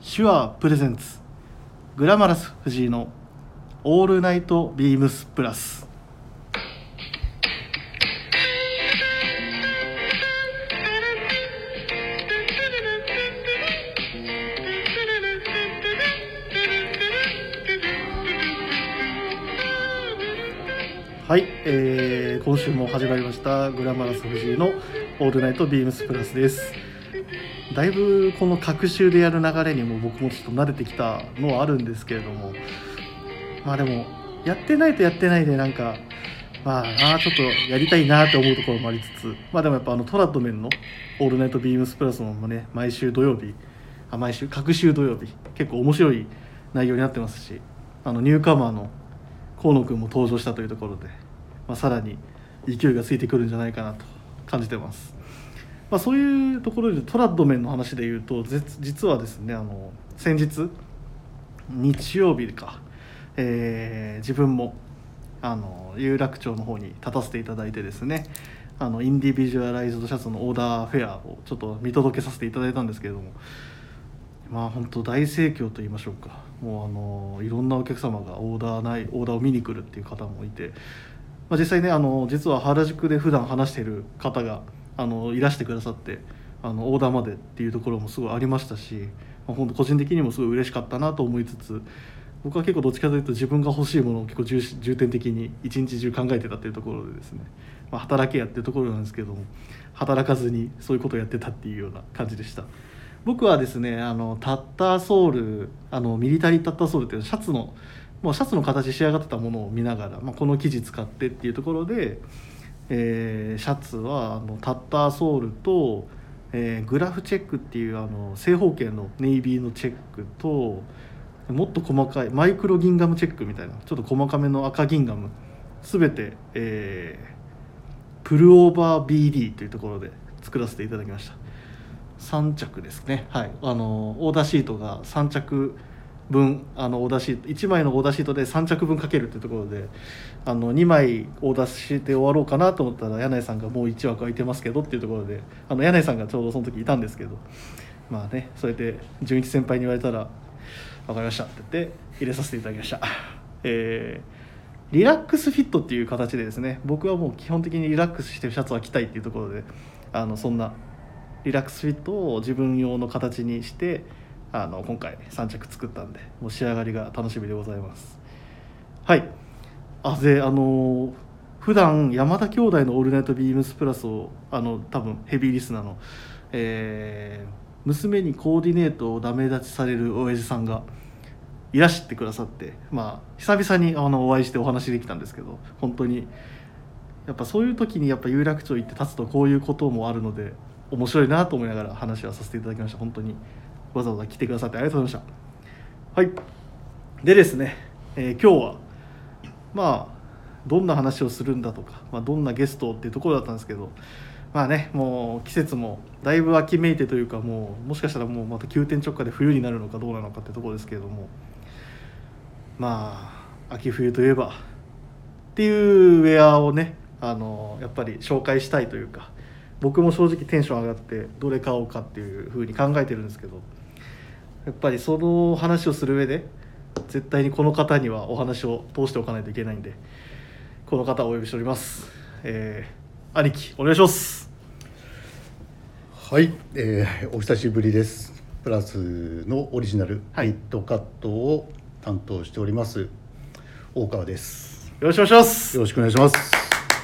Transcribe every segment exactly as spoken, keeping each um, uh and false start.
手話プレゼンツグラマラス藤井のオールナイトビームスプラス。はい、えー、今週も始まりましたグラマラス藤井のオールナイトビームスプラスです。だいぶこの隔週でやる流れにも僕もちょっと慣れてきたのはあるんですけれども、まあでもやってないとやってないでなんかまああちょっとやりたいなと思うところもありつつ、まあでもやっぱあのトラッドメンのオールナイトビームスプラスもね毎週土曜日あ毎週隔週土曜日結構面白い内容になってますし、あのニューカマーの河野くんも登場したというところで、まあ、さらに勢いがついてくるんじゃないかなと感じてます。まあ、そういうところでトラッドメンの話で言うと実はですね、あの先日日曜日か、えー、自分もあの有楽町の方に立たせていただいてですね、あのインディビジュアライズドシャツのオーダーフェアをちょっと見届けさせていただいたんですけれども、まあ本当大盛況と言いましょうか、もうあのいろんなお客様がオーダーないオーダーを見に来るっていう方もいて、まあ、実際ねあの実は原宿で普段話している方があのいらしてくださってあのオーダーまでっていうところもすごいありましたし、まあ、本当個人的にもすごい嬉しかったなと思いつつ、僕は結構どっちかというと自分が欲しいものを結構 重, 重点的に一日中考えてたっていうところでですね、まあ、働けやっていうところなんですけれども、働かずにそういうことをやってたっていうような感じでした。僕はですねあのタッターソールあのミリタリータッターソールっていうシャツのもうシャツの形仕上がってたものを見ながら、まあ、この生地使ってっていうところで、えー、シャツはあのタッターソールと、えー、グラフチェックっていうあの正方形のネイビーのチェックともっと細かいマイクロギンガムチェックみたいなちょっと細かめの赤ギンガムすべて、えー、プルオーバー ビーディー というところで作らせていただきました。さん着ですね、はい、あのオーダーシートがさん着分あのオーダーシートいちまいのオーダーシートでさん着分かけるというところであのにまいオーダーして終わろうかなと思ったら柳井さんがもういち枠空いてますけどっていうところで、あの柳井さんがちょうどその時いたんですけど、まあねそれで純一先輩に言われたら分かりましたって言って入れさせていただきました。えー、リラックスフィットっていう形でですね、僕はもう基本的にリラックスしてるシャツは着たいっていうところであのそんなリラックスフィットを自分用の形にしてあの今回さん着作ったんで、もう仕上がりが楽しみでございます。はい。あであの普段山田兄弟のオールナイトビームスプラスをあの多分ヘビーリスナーの、えー、娘にコーディネートをダメ立ちされる親父さんがいらしてくださって、まあ久々にあのお会いしてお話できたんですけど、本当にやっぱそういう時にやっぱ有楽町行って立つとこういうこともあるので面白いなと思いながら話はさせていただきました。本当にわざわざ来てくださってありがとうございました。はい。でですね、えー、今日はまあどんな話をするんだとか、まあ、どんなゲストっていうところだったんですけど、まあねもう季節もだいぶ秋めいてというか、もうもしかしたらもうまた急転直下で冬になるのかどうなのかってところですけれども、まあ秋冬といえばっていうウェアをねあのやっぱり紹介したいというか、僕も正直テンション上がってどれ買おうかっていう風に考えてるんですけど、やっぱりその話をする上で絶対にこの方にはお話を通しておかないといけないんで、この方をお呼びしております。えー、兄貴お願いします。 はい、えー、お久しぶりです。プラスのオリジナルニットカットを担当しております、はい、大川です。 よろしくお願いします。 よろしくお願いします。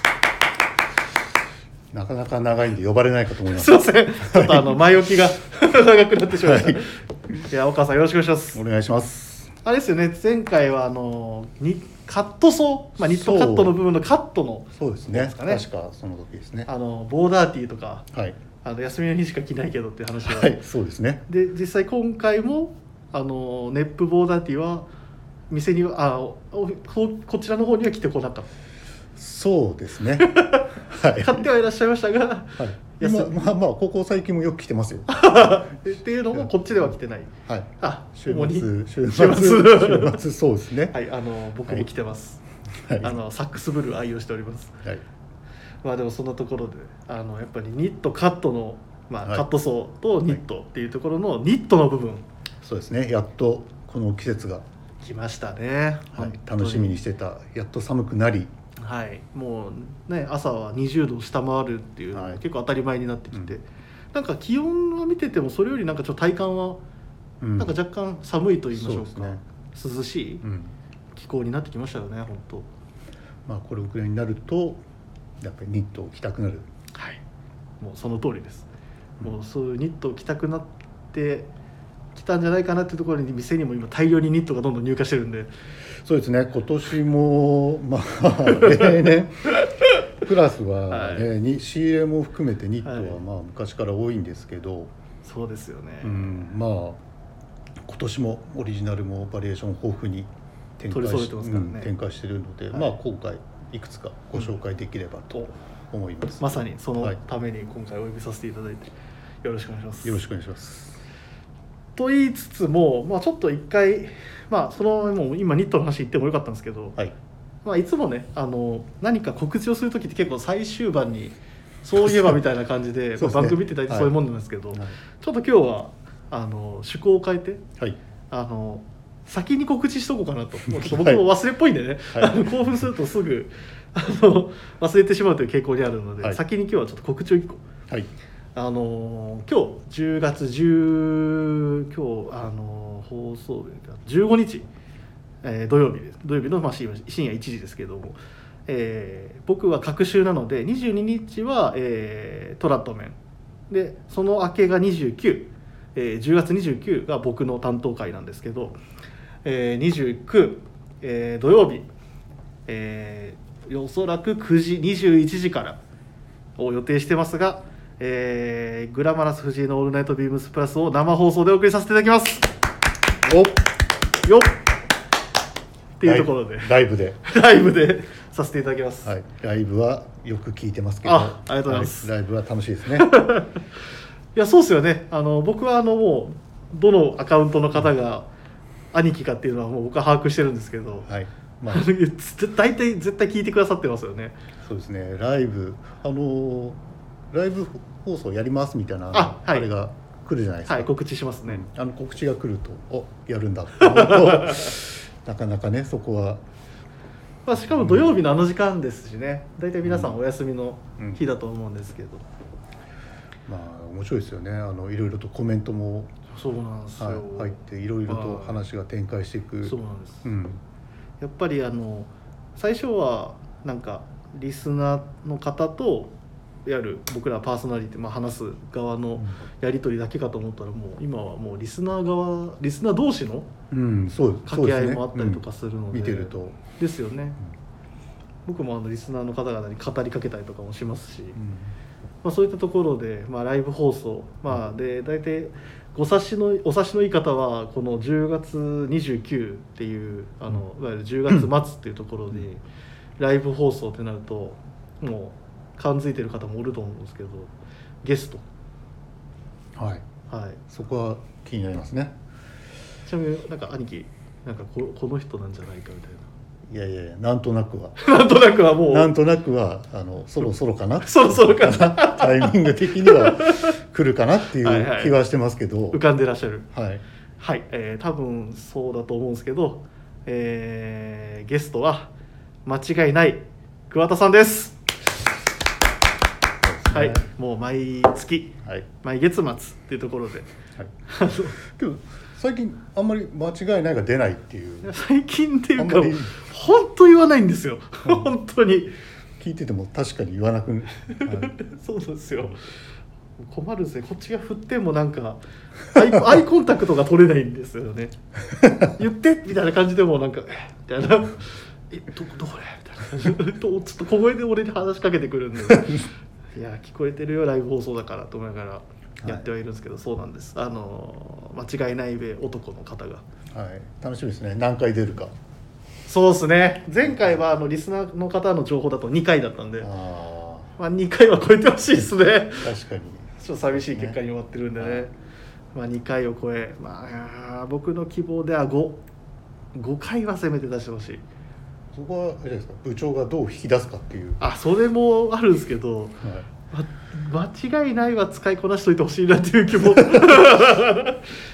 なかなか長いんで呼ばれないかと思います。 すいません、ちょっとあの前置きが長くなってしまいました、はい、いや大川さんよろしくお願いします。 お願いします。 あれですよね、前回はあのにカットソー、まあ、ニットカットの部分のカットのそうですね、確かその時ですね、 あのボーダーティーとか、 はい、あの休みの日しか着ないけどっていう話は、 はい、そうですね。 で実際今回もあのネップボーダーティーは店にはあここちらの方には来てこなかった。 そうですねはい、 買ってはいらっしゃいましたが、はい、 今まあまあここ最近もよく来てますよっていうのもこっちでは来てない、 はい、 あ週末週末週末週末そうですね、 はい、あの僕も来てます、はい、あのサックスブルー愛用しております、はい、まあでもそんなところであのやっぱりニットカットの、まあ、カットソーとニットっていうところのニットの部分、 そうですね、やっとこの季節が来ましたね、 はい、楽しみにしてた。やっと寒くなり、 はい、もうね朝はにじゅうどを下回るっていうのがはい結構当たり前になってきて、 うんなんか気温は見ててもそれよりなんかちょっと体感はうんなんか若干寒いと言いましょうか、 そうですね、 涼しいうん気候になってきましたよね本当。 まあ、これぐらいになるとやっぱりニットを着たくなる。 はい、もうその通りです、 うんもうそういうニットを着たくなってきたんじゃないかなっていうところに店にも今大量にニットがどんどん入荷してるんで、 そうですね、今年もまあ例年プラスは、ね、 はに仕入れも含めてニットはいはまあ昔から多いんですけど、 そうですよね、 うんまあ今年もオリジナルもバリエーション豊富に展開取り揃えしてますからねうん展開しているので、 はいまあ今回いくつかご紹介できればと思います。 まさにそのはいために今回お呼びさせていただいてよろしくお願いします。 よろしくお願いします。 と言いつつも、まあ、ちょっと一回、まあ、そのもう今ニットの話言ってもよかったんですけど、 はい、 まあ、いつもねあの何か告知をする時って結構最終盤にそういえばみたいな感じでそうですねまあ番組って大体そういうもんなんですけど、 はいちょっと今日はあの趣向を変えてはいあの先に告知しとこうかなともうちょっと僕も忘れっぽいんでね、 はいあの興奮するとすぐあの忘れてしまうという傾向にあるので、 はい先に今日はちょっと告知をいっこ。 はいあの今日じゅうがつじゅう今日あの放送日がじゅうごにち、えー土曜日です土曜日の、まあ、深夜深夜いちじですけども、えー僕は隔週なのでにじゅうににちは、えートラットメンでその明けがにじゅうく、えー、じゅうがつにじゅうくが僕の担当会なんですけど、えー、にじゅうく、えー土曜日、えーおそらくくじにじゅういちじからを予定してますが、えーグラマラス藤井のオールナイトビームスプラスを生放送でお送りさせていただきますおよっっていうところでライブで、 ライブでさせていただきます、 はい、ライブはよく聞いてますけど、 あありがとうございますはい、ライブは楽しいですね。 いやそうですよねあの僕はあのもうどのアカウントの方が兄貴かっていうのはもう僕は把握してるんですけど、 はい、まあ大体絶対聞いてくださってますよね。 そうですね、ライブあのライブ放送やりますみたいなあはいあれが来るじゃないですか。 はい告知しますね、 うんあの告知が来るとおやるんだって思うとなかなかねそこはまあ、しかも土曜日のあの時間ですしね大体皆さんお休みのうん日だと思うんですけど、 まあ面白いですよね。あのいろいろとコメントも、 そうなんですよ、 はい、入っていろいろと話が展開していく。 そうなんです、 うんやっぱりあの最初はなんかリスナーの方といわゆる僕らパーソナリティ、まあ、話す側のやり取りだけかと思ったらもう今はもうリスナー側リスナー同士のうん、そう掛け合いもあったりとかするので、 うん見てると、 ですよね、僕もあのリスナーの方々に語りかけたりとかもしますし、 うんまあ、そういったところで、まあ、ライブ放送、まあ、で大体ご察しのお察しのいい方はこのじゅうがつにじゅうくっていうあのいわゆるじゅうがつ末っていうところでライブ放送ってなるともう感づいてる方もおると思うんですけどゲスト、 はい、 はい、 そこは気になりますね。 ちなみになんか兄貴なんか こ, この人なんじゃないかみたいいやいやいやなんとなくはななんとなくはもうなんとなくはあのそろそろかなそろそろかなタイミング的には来るかなってはいはいいう気はしてますけど、 浮かんでらっしゃるはい、 はい、えー多分そうだと思うんですけど、えーゲストは間違いない桑田さんです。はい、もう毎月はい毎月末っていうところではい、けど最近あんまり間違いないが出ないっていう最近っていうかあんまり本当言わないんですよ、 うん本当に聞いてても確かに言わなく、はいそうなんですよ。困るんですねこっちが振ってもなんかアイアイコンタクトが取れないんですよね言ってみたいな感じでもなんかえみたいなえどどこれみたいな感じでちょっと小声で俺に話しかけてくるんでいや聞こえてるよライブ放送だからと思いながらやってはいるんですけど、はい、そうなんですあの間違いないべ男の方がはい、楽しみですね何回出るか。 そうですね前回はあのリスナーの方の情報だとにかいだったんであまあ、にかいは超えてほしいですね確かにちょっと寂しい結果に終わってるんでね、ねまあ、にかいを超え、まあ、僕の希望ではご、ごかいはせめて出してほしい。 そこはあれですか部長がどう引き出すかっていう、 あそれもあるんですけど、 はいま、間違いないは使いこなしといてほしいなっていう気もまあ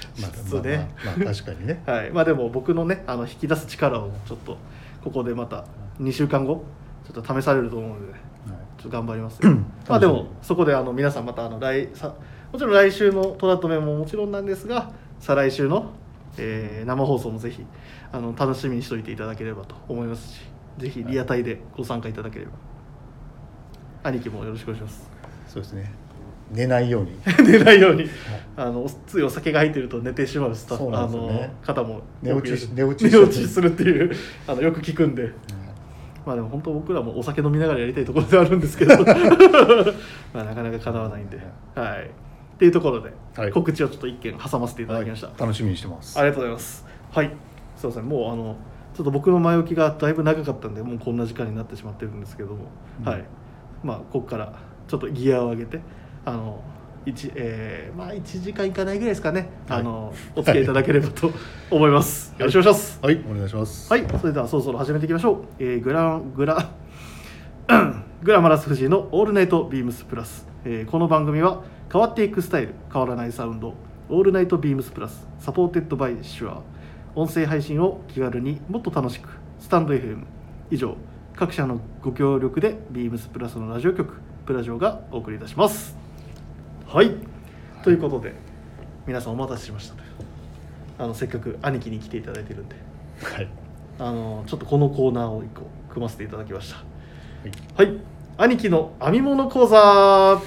つね、 まあ、まあまあ確かにねはい、まあでも僕のねあの引き出す力をちょっとここでまたにしゅうかんごちょっと試されると思うので、ね、はい、ちょっと頑張りますよまあでもそこであの皆さんまたあの来さもちろん来週のトラットメももちろんなんですが再来週の、えー、生放送もぜひあの楽しみにしておいていただければと思いますし、ぜひリアタイでご参加いただければ、はい、兄貴もよろしくお願いします。 そうですね、寝ないように寝ないように、はい、あのついお酒が入ってると寝てしまうスタッフ、ね、あの方も寝落ち寝落ち寝落ちするっていうあのよく聞くんで、うん、まあでも本当僕らもお酒飲みながらやりたいところではあるんですけどまあなかなか叶わないんで、はいっていうところで、はい、告知をちょっと一件挟ませていただきました、はい、 楽しみにしてます。 ありがとうございます。はい、そうですね、もうあのちょっと僕の前置きがだいぶ長かったんでもうこんな時間になってしまってるんですけども、うん、はい、まあここからちょっとギアを上げてあの1、えー、まあいちじかんいかないぐらいですかね、はい、あのお付き合いいただければと思います、はい、よろしくお願いします。 はい、お願いします。 はい、それではそろそろ始めていきましょう。えー、グラグラグラマラス藤井のオールナイトビームスプラス、えー、この番組は変わっていくスタイル変わらないサウンドオールナイトビームスプラスサポーテッドバイシュア、音声配信を気軽にもっと楽しくスタンド エフエム 以上各社のご協力でビームスプラスのラジオ局プラジオがお送りいたします。はい、ということで皆さんお待たせしましたという、あのせっかく兄貴に来ていただいてるんで、はい、あのちょっとこのコーナーをいっこ組ませていただきました。はい、はい、兄貴の編み物講座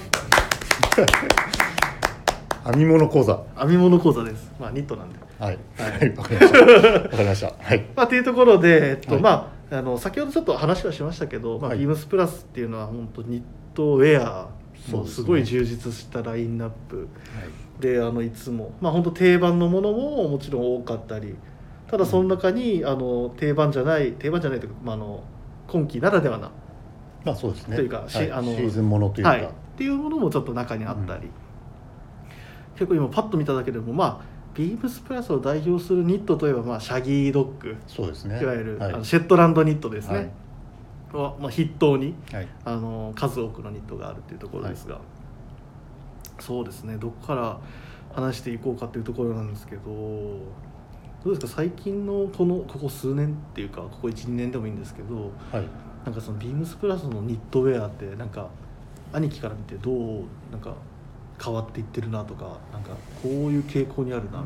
編み物講座編み物講座です。まあニットなんで、 はいはい、わかりましたわかりましたはい、 まあというところで、えっと、はい、まああの先ほどちょっと話はしましたけど、まあはい、ビームスプラスっていうのは本当ニットウェアもうすごい充実したラインナップで、はい、あのいつもまあ本当定番のものももちろん多かったり、ただその中に、うん、あの定番じゃない定番じゃないというか、まあ、あの今季ならではな、 まあそうですね、 というか、はい、あのシーズンものというか、 はい、っていうものもちょっと中にあったり、うん、結構今パッと見ただけでもまあビームスプラスを代表するニットといえば、まあ、シャギードッグ、 そうですね、 いわゆる、はい、あのシェットランドニットですね、はい、まあ、筆頭に、はい、あの数多くのニットがあるっていうところですが、はい、そうですね、どこから話していこうかっていうところなんですけど、どうですか最近のこのここ数年っていうかここ いちにねんでもいいんですけど、はい、なんかそのビームスプラスのニットウェアってなんか兄貴から見てどうなんか変わっていってるなとか、なんかこういう傾向にあるなみたいなところがあって、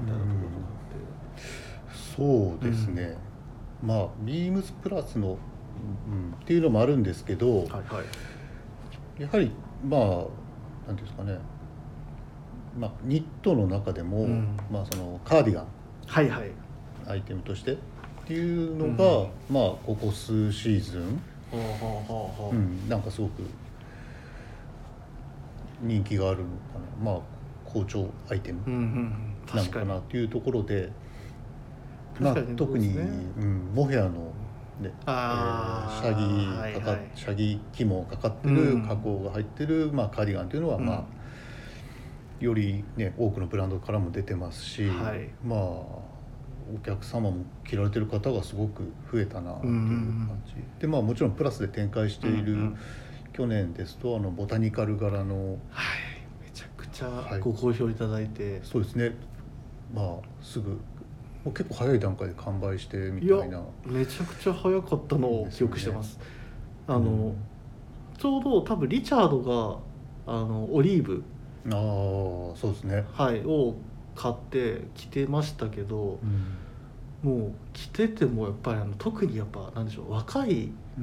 そうですね、うん、まあビームスプラスの、うん、っていうのもあるんですけど、はいはい、やはりまあなんていうんですかね、まあ、ニットの中でも、うん、まあ、そのカーディガン、はいはい、アイテムとしてっていうのが、うん、まあここ数シーズン、うん、なんかすごく人気があるのかな、まあ好調アイテムなのかなっていうところで、まあ、特に、うん、モヘアの、ね、あ、えー、シャギーかか、はいはい、シャギー肝かかってる加工が入ってる、うん、まあ、カーディガンっていうのは、まあ、うん、より、ね、多くのブランドからも出てますし、はい、まあお客様も着られてる方がすごく増えたなという感じ、うん、で、まあ、もちろんプラスで展開している、うん、去年ですとあのボタニカル柄の、はい、 めちゃくちゃご好評いただいて、はい、 そうですね、まあすぐもう結構早い段階で完売してみたいな、いやめちゃくちゃ早かったのを記憶してます、ね、あの、うん、ちょうど多分リチャードがあのオリーブ、 ああそうですね、 はい、を買って着てましたけど、うん、もう着ててもやっぱりあの特にやっぱなんでしょう、若い、うん、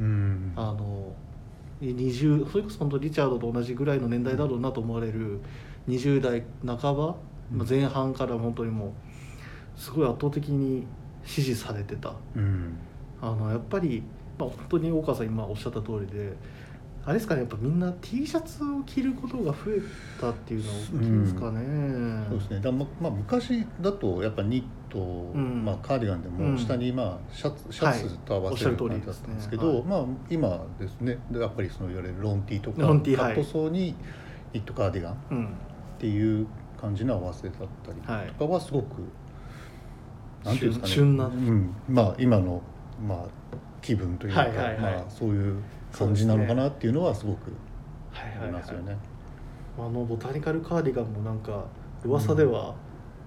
あのにじゅうそれこそ本当リチャードと同じぐらいの年代だろうなと思われるにじゅう代半ば、うん、前半から本当にもうすごい圧倒的に支持されてた、うん、あのやっぱり、まあ、本当に大川さん今おっしゃった通りで、あれですかね、やっぱみんな T シャツを着ることが増えたっていうのは大きいですかね、うん、 そうですね、だま、まあ、昔だとやっぱニット、うん、まあ、カーディガンでも下にまあシャツ、うん、シャツと合わせる感じだったんですけど、はい、まあ、今ですねやっぱりそのいわれるロンティーとかカットソーにニットカーディガンっていう感じの合わせだったりとかはすごく、はい、なんていうんですかね、旬な、うん、まあ今の、まあ、気分というか、はいはいはい、まあ、そういう感じなのかなっていうのはすごくありますよね。 あのボタニカルカーディガンもなんか噂では、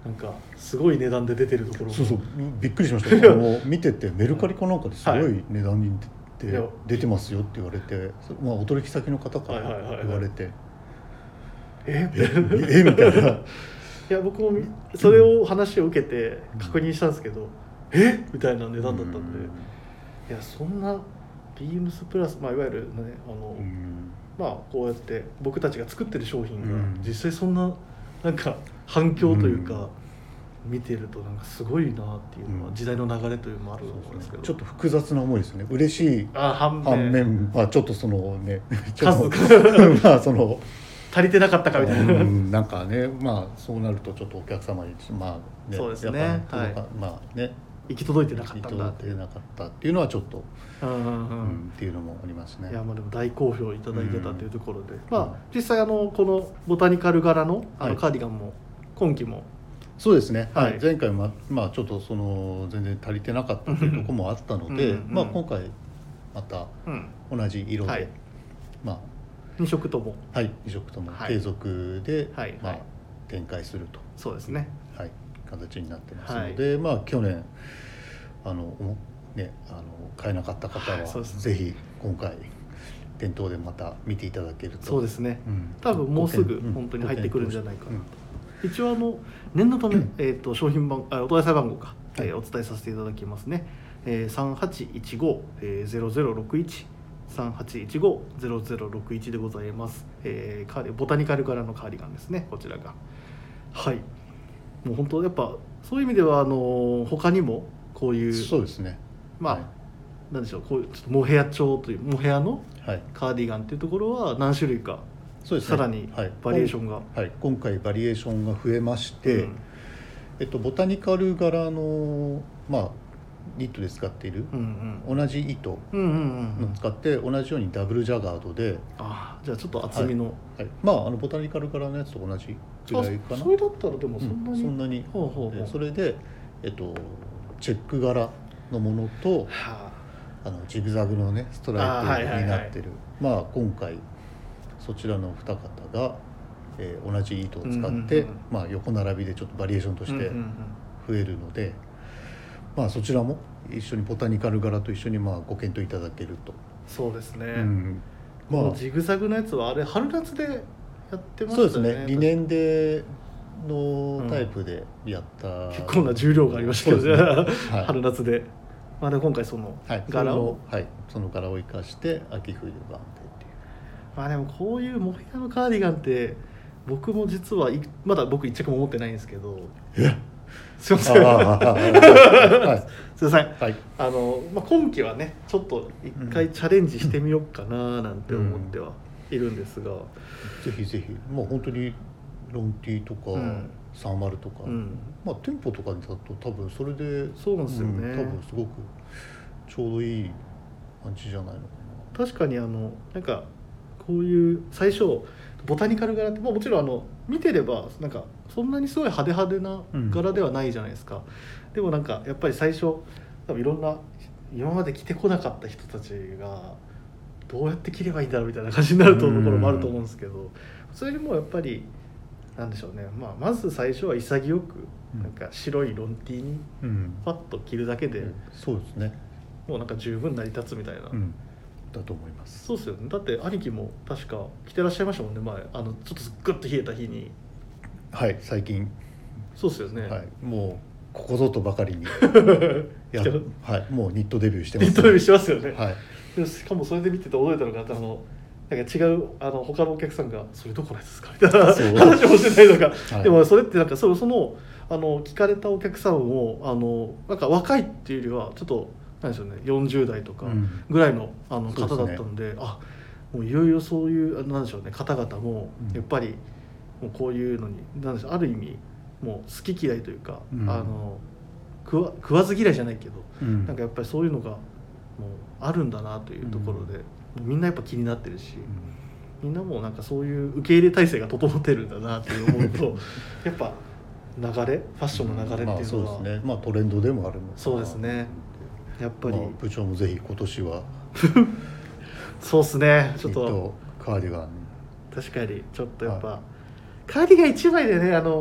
なんかすごい値段で出てるところもそうそうびっくりしましたもう見ててメルカリかなんかですごい値段に出て、はい、出てますよって言われて、まあ、お取引先の方から言われて、 えええみたいな。 いや僕もそれを話を受けて確認したんですけど、うん、えみたいな値段だったんで、うん、いやそんなビームスプラス、まあ、いわゆるねあの、うん、まあこうやって僕たちが作ってる商品が実際そんななんか反響というか、うん、見てるとなんかすごいなっていうのは、うん、時代の流れというのもあると思うんですけど、 ちょっと複雑な思いですね。嬉しい反面、 反面まあ、ちょっとそのね数まあその足りてなかったかみたいな、 うん、なんかねまあそうなるとちょっとお客様にまあ、ね、 そうですね、やっぱ、 はい、 まあね行き届いてなかったんだ行き届いてなかったっていうのはちょっと、 うんうんうんうん、っていうのもありますね。 いやまあでも大好評いただいてたというところで、うん、まあ実際あのこのボタニカル柄のあのカーディガンも今期も、はい、 そうですね、はい、前回もまあちょっとその全然足りてなかったっていうところもあったので、うんうん、まあ今回また同じ色で、うんはい、まあに色ともはいに色とも継続で、 はいまあ、展開するとそうですね、 はい、形になってますので、はい、まあ去年あのねあの買えなかった方は、はい、ぜひ今回店頭でまた見ていただけるとそうですね、うん、多分もうすぐ本当に入ってくるんじゃないかなと、うん、一応あの念のため、うんえー、と商品番あお問い合わせ番号か、はい、えー、お伝えさせていただきますね、えー、さんはちいちごゼロゼロろくいちさんはちいちごゼロゼロろくいちでございます、えー、カーディボタニカル柄のカーディガンですねこちらがはいもう本当やっぱそういう意味ではあの他にもこういうそうですねまあ、はい、なんでしょうこういうちょっとモヘア調というモヘアのカーディガンっていうところは何種類か、 そうですね、 さらにバリエーションが、 はいはい、今回バリエーションが増えまして、うんえっと、ボタニカル柄のまあニットで使っている、うんうん、同じ糸を使って同じようにダブルジャガードで、 あじゃあちょっと厚みの、 はいはい、まああのボタニカル柄のやつと同じぐらいかな。 それだったらでもそんなに、 うん、そんなにほうほうほうそれで、えっと、チェック柄のものと、はあ、あのジグザグのねストライプになってる、はいはいはい、まあ今回そちらの二方が、えー、同じ糸を使って、うんうんうんまあ、横並びでちょっとバリエーションとして増えるので、うんうんうんまあ、そちらも一緒にボタニカル柄と一緒にまあご検討いただけると。 そうですね、うんまあ、このジグザグのやつはあれ春夏でやってましたね。 そうですねリネンでのタイプでやった、うん、 結構な重量がありましたけどね、はい、春夏で、まあ、で今回その柄を、 はい、その柄を生かして秋冬版でっていうまあでもこういうモヘアのカーディガンって僕も実はまだ僕一着も持ってないんですけどえすいませんはい、すいません、 はいあのまあ、今期はねちょっと一回チャレンジしてみようかななんて思ってはいるんですが、うんうん、ぜひぜひもう本当にロンティーとか、うん、サーマルとか、うん、まあ店舗とかだと多分それでそうなんですよね、 うん、多分すごくちょうどいい感じじゃないのかな。確かにあのなんかこういう最初ボタニカル柄って、まあ、もちろんあの見てればなんかそんなにすごい派手派手な柄ではないじゃないですか、うん、でもなんかやっぱり最初多分いろんな今まで着てこなかった人たちがどうやって着ればいいんだろうみたいな感じになるところもあると思うんですけど、それよりもやっぱりなんでしょうね、まあ、まず最初は潔くなんか白いロンティーにパッと着るだけで、うんうん、 そうですねもうなんか十分成り立つみたいな、 うんだと思います。 そうですよね。だって兄貴も確か着てらっしゃいましたもんね前あのちょっとグッと冷えた日に。 はい最近そうですよね、 はい、もうここぞとばかりにやはい、もうニットデビューしてます、 ね、ニットデビューしてますよね、 はい、 でしかもそれで見てて驚いたのがあのなんか違うあの他のお客さんがそれどこのやつですかみたいな話をしてたりとか、はい、でもそれってなんかそのそのあの聞かれたお客さんをあのなんか若いっていうよりはちょっとなんでしょうねよんじゅう代とかぐらいの、うん、あの方だったの で, で、ね、あもういよいよそういうなんでしょうね方々もやっぱりもうこういうのになんでしょうある意味もう好き嫌いというか、うん、あの食わ、食わず嫌いじゃないけど、うん、なんかやっぱりそういうのがもうあるんだなというところで、うん、みんなやっぱ気になってるし、うん、みんなもなんかそういう受け入れ体制が整ってるんだなって思うとやっぱ流れファッションの流れっていうのは、うんまあ、 そうですね、まあ、トレンドでもあるのかな。 そうですねやっぱり、まあ、 部長もぜひ今年はそうですねちょっとカーディガン確かにちょっとやっぱ、はい、カーディガンいちまいでねあの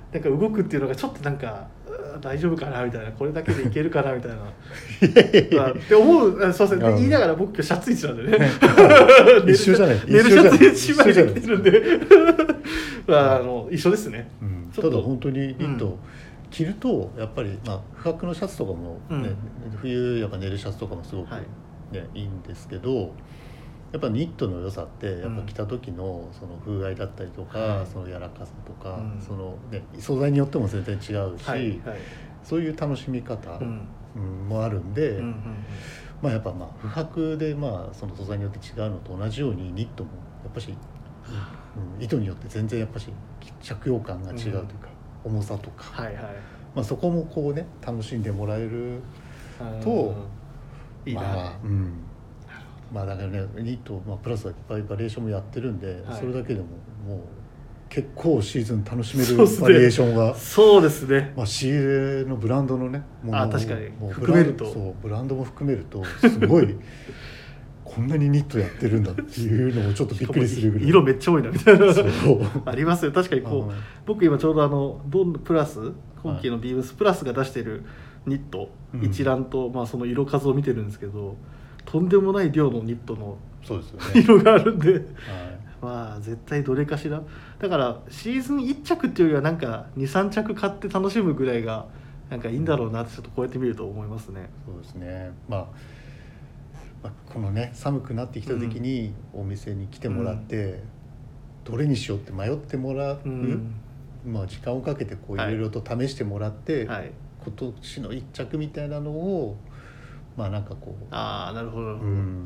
なんか動くっていうのがちょっとなんか大丈夫かなみたいな、これだけでいけるかなみたいなって思う。そうですね、言いながら僕今日シャツ一なんでね一緒じゃない、 寝るシャツ一枚で着てるんであの一緒ですね、 うん、ただ本当にニット、うん、着るとやっぱり、まあ、不白のシャツとかも、ね、うん、冬やっぱ寝るシャツとかもすごく、ね、はい、いいんですけど、やっぱニットの良さってやっぱ着た時のその風合いだったりとか、うん、その柔らかさとか、うん、そのね、素材によっても全然違うし、はいはい、そういう楽しみ方、うんうん、もあるんで、うんうんうん、まあ、やっぱまあ不白でまあその素材によって違うのと同じようにニットもやっぱし、うん、糸によって全然やっぱし着用感が違うというか、うん、重さとか、はいはい、まあ、そこもこうね楽しんでもらえるといいな、まあ、うん、まあだからね、ニット、まあ、プラスはいっぱいバリエーションもやってるんで、はい、それだけでももう結構シーズン楽しめるバリエーションが、 そうですね、 まあ、仕入れのブランドのねものを、 あ、確かに含めると、 そうブランドも含めるとすごいこんなにニットやってるんだっていうのもちょっとびっくりするぐらい色めっちゃ多いなみたいなありますよ。確かにこう僕今ちょうどあのドンプラス今期のビームスプラスが出してるニット、はい、一覧と、まあ、その色数を見てるんですけど、とんでもない量のニットの色があるんで、はい、まあ絶対どれかしら、だからシーズンいっ着っていうよりはなんか にさん 着買って楽しむぐらいがなんかいいんだろうなってちょっとこうやって見ると思いますね。 そうですね、まあ、まあ、このね寒くなってきた時にお店に来てもらって、うん、どれにしようって迷ってもらう、うん、まあ、時間をかけてこういろいろと試してもらって、はい、今年のいっ着みたいなのをまあなんかこう、 あ、なるほど、うん、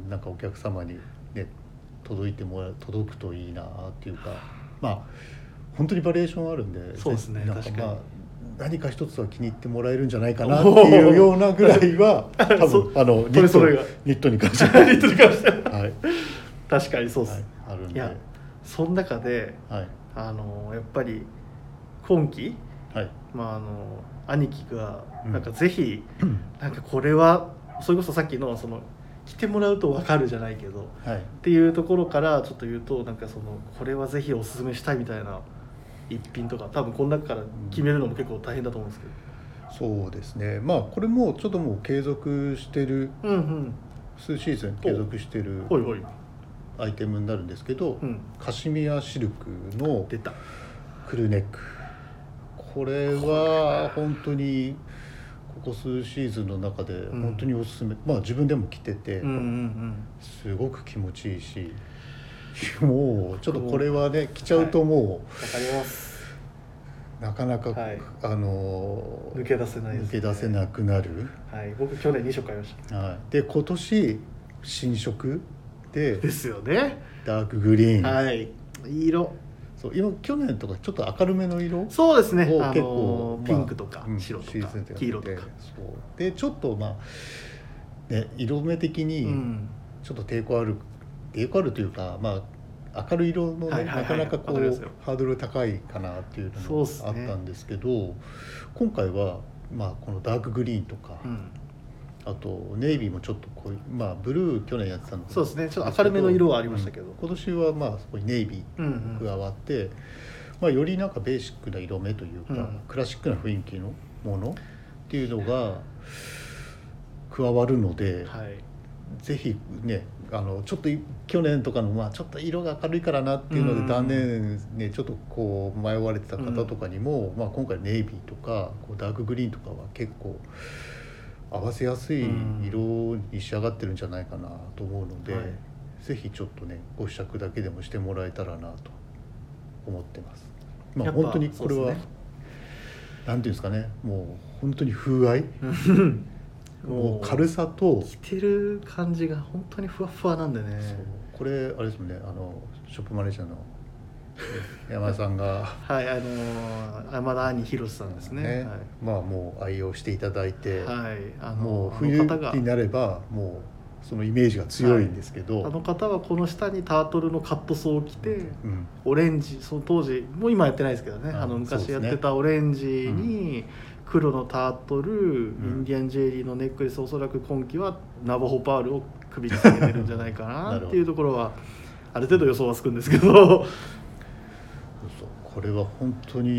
なんかお客様にね届いてもらう届くといいなっていうか、まあ本当にバリエーションあるんで、 そうですね、 なんかまあ何か一つは気に入ってもらえるんじゃないかなっていうようなぐらいは多分あのニットニットに関してはニットに関しては、はい、確かにそうです、はい、 あるんで、 いやその中で、はい、あのやっぱり今期、はい、まああの兄貴がなんかぜひ、うん、なんかこれはそれこそさっきのその着てもらうと分かるじゃないけど、はい、っていうところからちょっと言うと、なんかそのこれはぜひおすすめしたいみたいな一品とか、多分この中から決めるのも結構大変だと思うんですけど、うん、そうですね、まあこれもちょっともう継続してる、うんうん、数シーズン継続してるアイテムになるんですけど、うん、カシミヤシルクのクルーネック、これは本当にここ数シーズンの中で本当におすすめ、うん、まあ自分でも着てて、うんうんうん、すごく気持ちいいし、もうちょっとこれはね着ちゃうともう、はい、 分かります、 なかなか、はい、あの抜け出せないですね、 抜け出せなくなる、 はい、僕去年に色買いました、 はい、で今年新色でですよね、 ダークグリーン、 はい、いい色、 そう今去年とかちょっと明るめの色、 そうですね、結構、まあ、ピンクとか白とか、うん、黄色とか、 そうでちょっとまあ、ね、色目的にちょっと抵抗ある、うん、抵抗あるというか、まあ、明るい色の、ね、はいはいはい、なかなかこうハードル高いかなっていうのもあったんですけど、ね、今回は、まあ、このダークグリーンとか、うん、あとネイビーもちょっとこういう、まあ、ブルー去年やってたので、 そうですね、ちょっと明るめの色はありましたけど、うん、 今年はまあそこにネイビー加わって、うんうん、まあ、よりなんかベーシックな色目というか、うん、クラシックな雰囲気のものっていうのが加わるので、はい、ぜひね、あのちょっと去年とかの、まあ、ちょっと色が明るい合なっていうので断念、ね、ちょっとこう迷われてた方とかにも、うん、まあ、今回ネイビーとかこうダークグリーンとかは結構合わせやすい色に仕上がってるんじゃないかなと思うので、はい、ぜひちょっとねご試着だけでもしてもらえたらなと思ってます。まあ、本当にこれは、ね、なんていうんですかね、もう本当に風合いもう軽さと着てる感じが本当にふわふわなんでね。 そうこれあれですもんね、あのショップマネージャーの山田さんがはいあの山田兄弘さんですね、ね、はい、 まあもう愛用していただいて、 はい、あのもう冬になればもうそのイメージが強いんですけど、はい、 あの方はこの下にタートルのカットソーを着て、うん、オレンジ、その当時もう今やってないですけどね、あの昔やってたオレンジに黒のタートル、うん、インディアンジェリーのネックレス、おそらく今季はナバホパールを首につけてるんじゃないかなっていうところはある程度予想はつくんですけどこれは本当に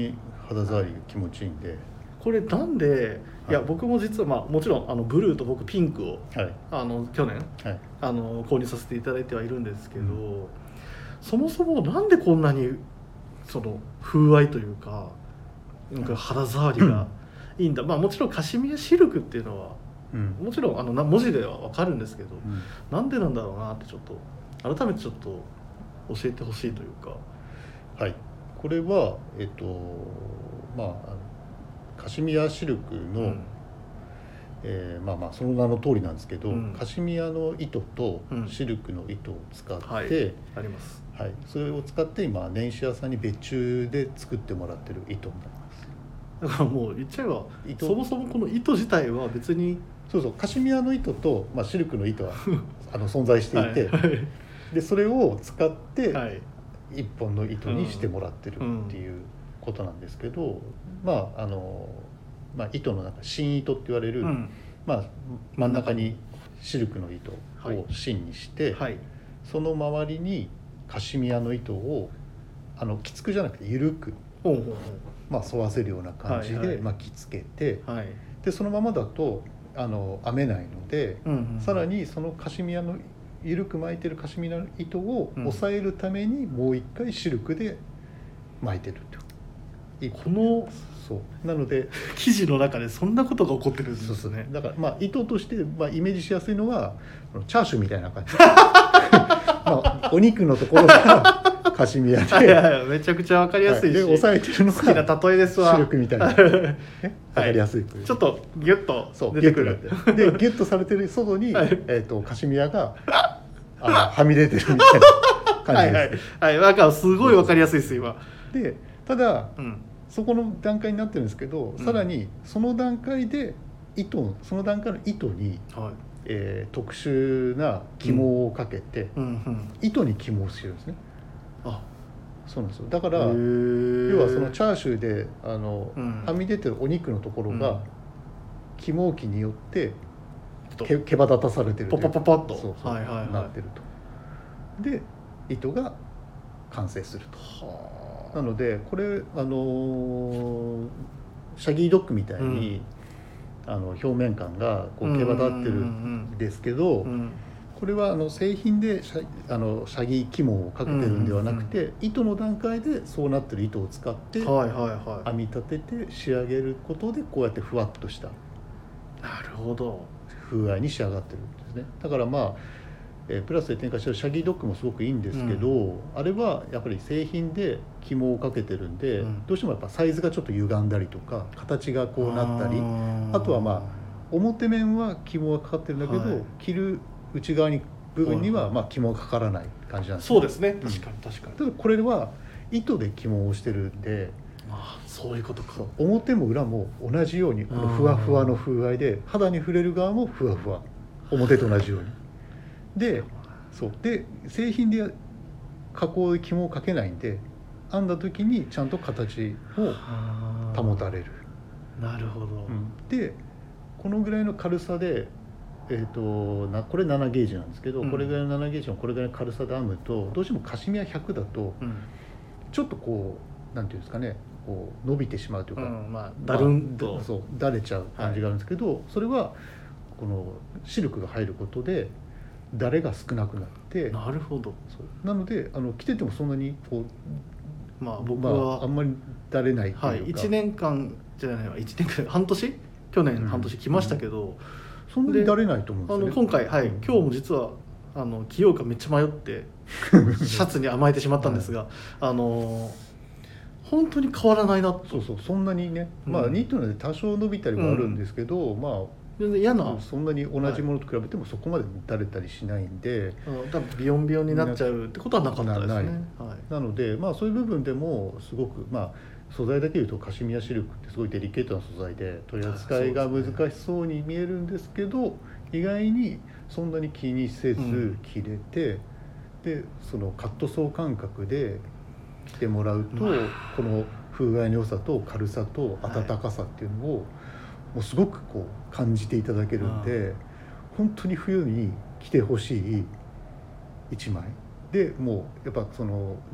肌触りが気持ちいいんで。 これなんで、いや僕も実は、まあ、もちろんあのブルーと僕ピンクを、はい、あの去年、はい、あの購入させていただいてはいるんですけど、うん、そもそもなんでこんなにその風合いというか、なんか肌触りがいいんだ、うん、まあもちろんカシミヤシルクっていうのは、うん、もちろんあの文字では分かるんですけど、うん、なんでなんだろうなってちょっと改めてちょっと教えてほしいというか。 はい、これはえっとまあカシミヤシルクの、うん、えー、まあまあその名の通りなんですけど、うん、カシミヤの糸とシルクの糸を使って、うんはい、 あります、 はい、それを使って今年始屋さんに別注で作ってもらってる糸になります。 だからもう言っちゃえばそもそもこの糸自体は別にそうそうカシミヤの糸と、まあ、シルクの糸はあの存在していて、はいはい、でそれを使って一本の糸にしてもらってるっていうことなんですけど、まああのまあ、糸の中芯糸って言われる、うん、まあ、真ん中にシルクの糸を芯にして、はいはい、その周りにカシミヤの糸をあのきつくじゃなくて緩く、まあ、沿わせるような感じで巻きつけて、はいはい、でそのままだとあの編めないので、うんうん、さらにそのカシミヤの緩く巻いてるカシミヤの糸を抑えるためにもう一回シルクで巻いてると。 このそうなので生地の中でそんなことが起こってるんですね。 そうそうだからまあ糸として、まあ、イメージしやすいのはチャーシューみたいな感じ、まあ、お肉のところがカシミヤでいやいやめちゃくちゃ分かりやすいし、はい、 で押さえてるのが好きな例えですわシルクみたいな、ね、分かりやすい、はい、 ちょっとギュッと出てくるでギュッとされてる外に、はいえー、とカシミヤがあのはみ出てるみたいな感じです。 はいはい、はい、なんかすごい分かりやすいです今でただ、うんそこの段階になってるんですけど、うん、さらにその段階で糸その段階の糸に、はいえー、特殊な肝をかけて、うんうんうん、糸に肝をしてるんですね。あそうなんですよ。だから要はそのチャーシューであの、うん、はみ出てるお肉のところが、うん、肝置きによってけ毛羽立たされてるポポポポッとそうそう、はいはいはい、なってると。で糸が完成すると。はあなのでこれあのシャギードッグみたいに、うん、あの表面感がこう毛羽立ってるんですけど、うんうんうん、これはあの製品でシャあのシャギー肝をかけてるんではなくて、うんうんうん、糸の段階でそうなってる糸を使って編み立てて仕上げることでこうやってふわっとしたなるほど風合いに仕上がってるんですね。だからまあえー、プラスで展開してるシャギードッグもすごくいいんですけど、うん、あれはやっぱり製品で肝をかけてるんで、うん、どうしてもやっぱサイズがちょっと歪んだりとか形がこうなったり あ, あとはまあ表面は肝がかかってるんだけど、はい、着る内側に部分にはまあ肝がかからない感じなんです、 ね、そうですね確かに確かに、 ただこれは糸で肝をしてるんでああそういうことか表も裏も同じようにこのふわふわの風合いで肌に触れる側もふわふわ表と同じようにでそうで製品で加工で肝をかけないんで編んだ時にちゃんと形を保たれる。 なるほど、 うん、でこのぐらいの軽さで、えー、となこれななゲージなんですけど、うん、これぐらいのななゲージのこれぐらいの軽さで編むとどうしてもカシミヤひゃくだと、うん、ちょっとこうなんていうんですかねこう伸びてしまうというか、 うんまあ、だるんと、 まあ、そうだれちゃう感じがあるんですけど、はい、それはこのシルクが入ることでだれが少なくなってなるほどそうなのであの着ててもそんなにこうまあ僕は、 まあ、あんまりだれないというか、はい、 いちねんかんじゃないわいちねんかん半年去年半年着ましたけど、うんうん、 そんなにだれないと思うんですよね。 あの今回、はい、今日も実はあの着ようかめっちゃ迷ってシャツに甘えてしまったんですが、はい、あの本当に変わらないなと。 そうそうそんなにね、うん、まあニットなので多少伸びたりはあるんですけど、うん、まあ全然嫌なそんなに同じものと比べてもそこまでだれたりしないんで、 はい、多分ビヨンビヨンになっちゃうってことはなかったですね。な, な, はい、 なのでまあそういう部分でもすごくまあ素材だけ言うとカシミヤシルクってすごいデリケートな素材で取り扱いが難しそうに見えるんですけど、ね、意外にそんなに気にせず着れて、うん、でそのカットソー感覚で着てもらうと、うん、この風合いの良さと軽さと温かさっていうのを、はいもうすごくこう感じていただけるんで本当に冬に着てほしい一枚でもうやっぱそのね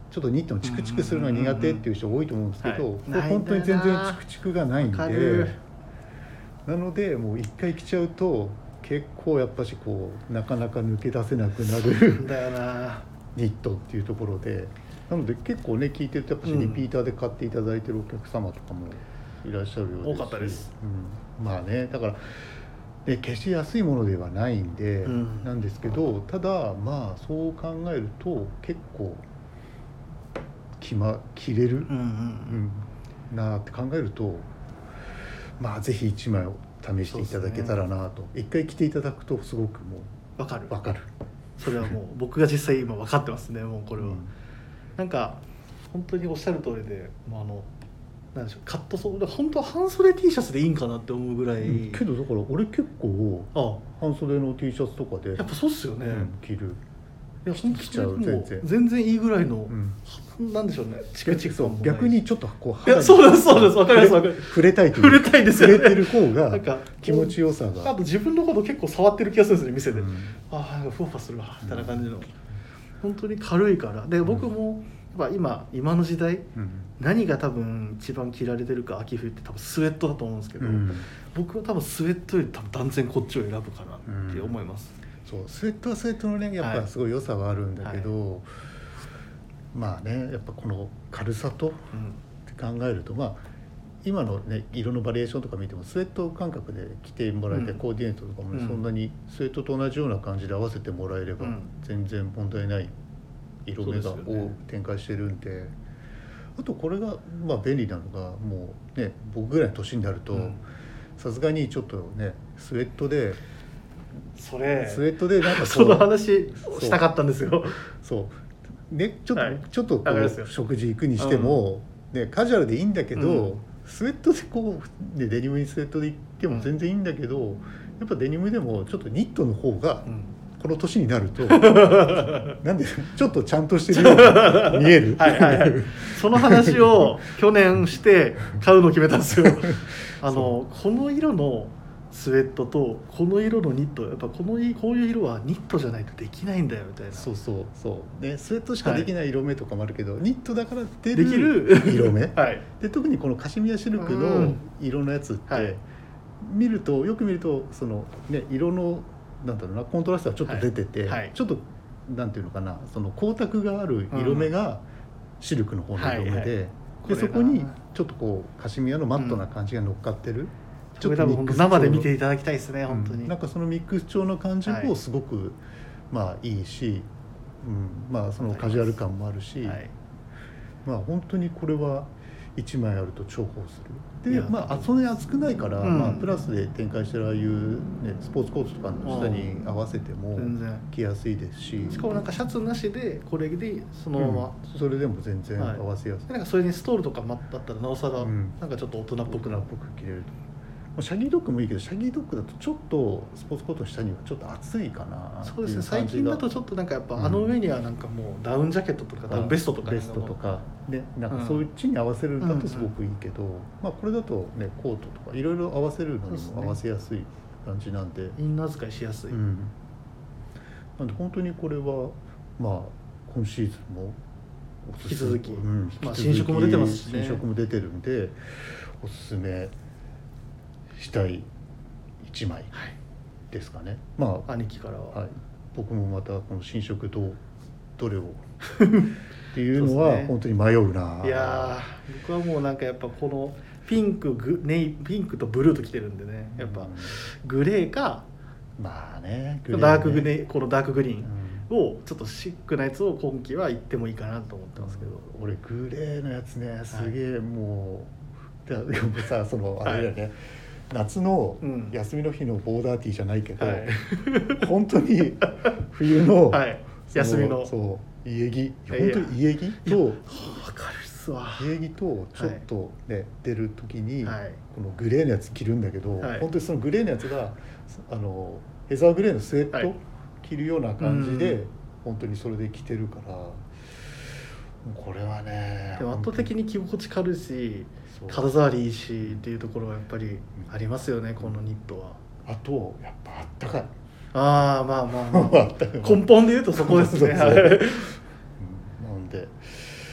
ちょっとニットのチクチクするのが苦手っていう人多いと思うんですけど、うんうんうん、はい、本当に全然チクチクがないんで、なのでもう一回着ちゃうと結構やっぱしこうなかなか抜け出せなくなるだよなニットっていうところで、なので結構ね聞いてるとやっぱしリピーターで買っていただいてるお客様とかもいらっしゃるようですし、 多かったです、 うん、まあねだからで決して安いものではないんで、うん、なんですけど、ただまあそう考えると結構着、ま、着れる、うんうんうん、なって考えるとまあぜひいちまいを試していただけたらなと、一、ね、回着ていただくとすごくもう分かる分かるそれはもう僕が実際今分かってますね。もうこれは、うん、なんか本当におっしゃる通りで、もうあのなんでしょう、カットソー本当は半袖 T シャツでいいんかなって思うぐらい、 うん、けどだから俺結構半袖の T シャツとかでやっぱそうっすよね、うん、 着るいや本当着ちゃう全然全然いいぐらいの、うん、なんでしょうね、チクチク感もない、逆にちょっとこう肌にいやそうですそうです分かります分かります触れたいという触れたいですよね、 触れてる方がなんか気持ちよさが、 あと自分のこと結構触ってる気がするんですね店で、うん、ああなんかふわふわするわみたいな感じの、うん、本当に軽いからで僕もやっぱ今今の時代、うん、何が多分一番着られてるか秋冬って多分スウェットだと思うんですけど、うん、僕は多分スウェットより多分断然こっちを選ぶかなって思います、 うん、そうスウェットはスウェットのねやっぱすごい良さはあるんだけど、はい、まあねやっぱこの軽さとって考えると、まあ今のね色のバリエーションとか見てもスウェット感覚で着てもらえて、うん、コーディネートとかも、ね、そんなにスウェットと同じような感じで合わせてもらえれば全然問題ない色目がを展開してるんで、あとこれがまあ便利なのがもうね僕ぐらいの年になるとさすがにちょっとねスウェットでそれスウェットでなんかその話をしたかったんですよ。 そうねちょっと、はい、ちょっとこう食事行くにしても、うん、ねカジュアルでいいんだけど、うん、スウェットでこう、ね、デニムにスウェットで行っても全然いいんだけど、うん、やっぱデニムでもちょっとニットの方が、うんこの年になるとなんでちょっとちゃんとしてるように見えるはいはい、はい、その話を去年して買うのを決めたんですよあのこの色のスウェットとこの色のニットやっぱこのこういう色はニットじゃないとできないんだよみたいな、 そうそうそうねスウェットしかできない色目とかもあるけど、はい、ニットだから出る色目はい、で特にこのカシミヤシルクの色のやつって、はい、見るとよく見るとそのね色のなんだろうなコントラストがちょっと出てて、はいはい、ちょっとなんていうのかなその光沢がある色目がシルクの方の色目で、うんはいはい、でそこにちょっとこうカシミヤのマットな感じが乗っかってる、うん、 ちょっとミックス生で見ていただきたいですね本当に、 うん、なんかそのミックス調の感じもすごく、はい、まあいいし、うん、まあそのカジュアル感もあるし、はい、まあ本当にこれはいちまいあると重宝するで、まあそんなに厚くないから、うんまあ、プラスで展開してるああいう、ね、スポーツコートとかの下に合わせても着やすいですし、 しかもなんかシャツなしでこれでそのまま、 うん、それでも全然合わせやすい、 はい、なんかそれにストールとかだったらなおさら、うん、なんかちょっと大人っぽく大人っぽく着れるとシャギードッグもいいけどシャギードッグだとちょっとスポーツコートの下にはちょっと暑いかな。 そうですね最近だとちょっとなんかやっぱ、うん、あの上にはなんかもうダウンジャケットとかダウンベストとかベストとかねなんかそういう地に合わせるんだとすごくいいけど、うんうん、まあこれだとねコートとかいろいろ合わせるのにも合わせやすい感じなんで、 インナー使いしやすい、うん、 なんで本当にこれはまあ今シーズンも引き続き、うん、引き続きまあ、新色も出てますしね新色も出てるんでおすすめしたいいちまいですかね、はい、 まあ兄貴からは、 はい、僕もまたこの新色どうどれをっていうのは本当に迷うな。 いや僕はもうなんかやっぱこのピンクグネイピンクとブルーときてるんでねやっぱグレーか、 うん、まあねグレーねダークグレーこのダークグリーンをちょっとシックなやつを今季は行ってもいいかなと思ってますけど、 うん、俺グレーのやつねすげえもう、はい、でもさそのあれだよね、はい、夏の休みの日のボーダーティーじゃないけど、はい、本当に冬の、はい、 休みのそう家着本当に家着とわかるっすわ家着とちょっとね、はい、出る時に、はい、このグレーのやつ着るんだけど、はい、本当にそのグレーのやつがあのヘザーグレーのスウェット、はい、着るような感じで、うん、本当にそれで着てるからこれはねでも圧倒的に着心地軽いし肌触りいいしっていうところはやっぱりありますよね、うん、このニットは。 あとやっぱあったかい。 ああまあまあまあ根本で言うとそこですね。そうそうそう、うん、 なんで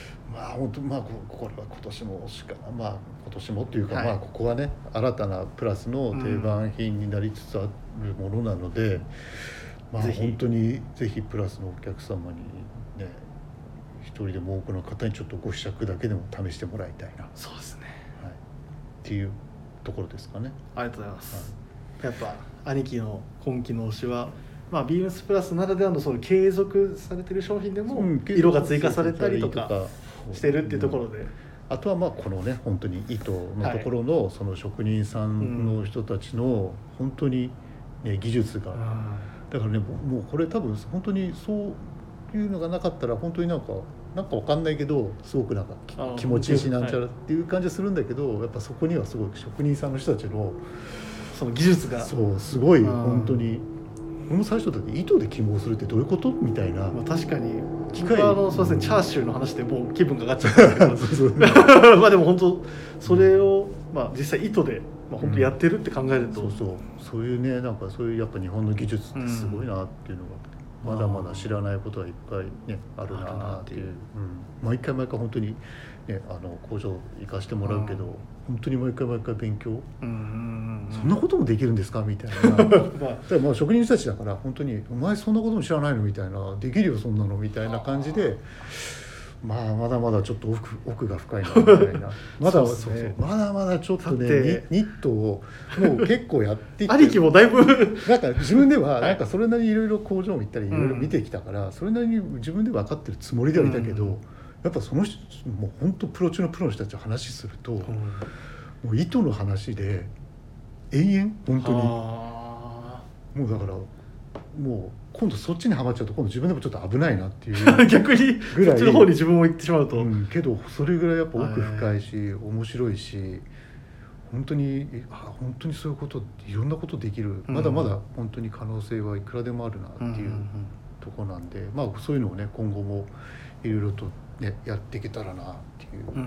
本当まあこれは今年もしかな、まあ今年もっていうか、はい、まあここはね新たなプラスの定番品になりつつあるものなので、うん、まあ本当にぜひプラスのお客様にね一人でも多くの方にちょっとご試着だけでも試してもらいたいな。 そうですね、 はい、っていうところですかね。 ありがとうございます、はい、やっぱ兄貴の今期の推しはまあ、ビームスプラスならではのその継続されてる商品でも色が追加されたりとかしてるっていうところで、 あとはまあこのね本当に糸のところのその職人さんの人たちの本当に、ね、技術がだからねもうこれ多分本当にそういうのがなかったら本当になんかなんかわかんないけどすごくなんか気持ちいいしなんちゃらっていう感じがするんだけど、やっぱそこにはすごく職人さんの人たちのその技術がそうすごい本当に。俺も最初だって糸で起毛するってどういうことみたいな、 まあ、確かに機械あのそうですねチャーシューの話でもう気分が上がっちゃったんですけどまあでも本当それを、まあ、実際糸で、まあ、本当やってるって考えると、 うん、そうそうそういうねなんかそういうやっぱ日本の技術ってすごいなっていうのが、うん、まだまだ知らないことはいっぱいねあるなっていう、うん、毎回毎回本当にねあの工場行かしてもらうけど、うん、本当に毎回毎回勉強、うんうんうん、そんなこともできるんですかみたいなだからまあ職人たちだから本当にお前そんなことも知らないのみたいなできるよそんなのみたいな感じでまあまだまだちょっと 奥, 奥が深いなみたいなまだそうそうそうまだまだちょっとねニットをもう結構やっていって兄貴もだいぶなんか自分ではなんかそれなりにいろいろ工場行ったりいろいろ見てきたから、うん、それなりに自分で分かってるつもりではいたけど、うん、やっぱその人もう本当プロ中のプロの人たちと話すると、うん、もう糸の話で延々本当にもうだからもう今度そっちにはまっちゃうと今度自分でもちょっと危ないなっていう逆にぐらいそっちの方に自分も行ってしまうと、 うん、けどそれぐらいやっぱ奥深いし面白いし本当にあ本当にそういうこといろんなことできる、うん、まだまだ本当に可能性はいくらでもあるなっていう、うんうんうん、とこなんでまあそういうのをね今後もいろいろと、ね、やっていけたらなっていう、うんうんうん、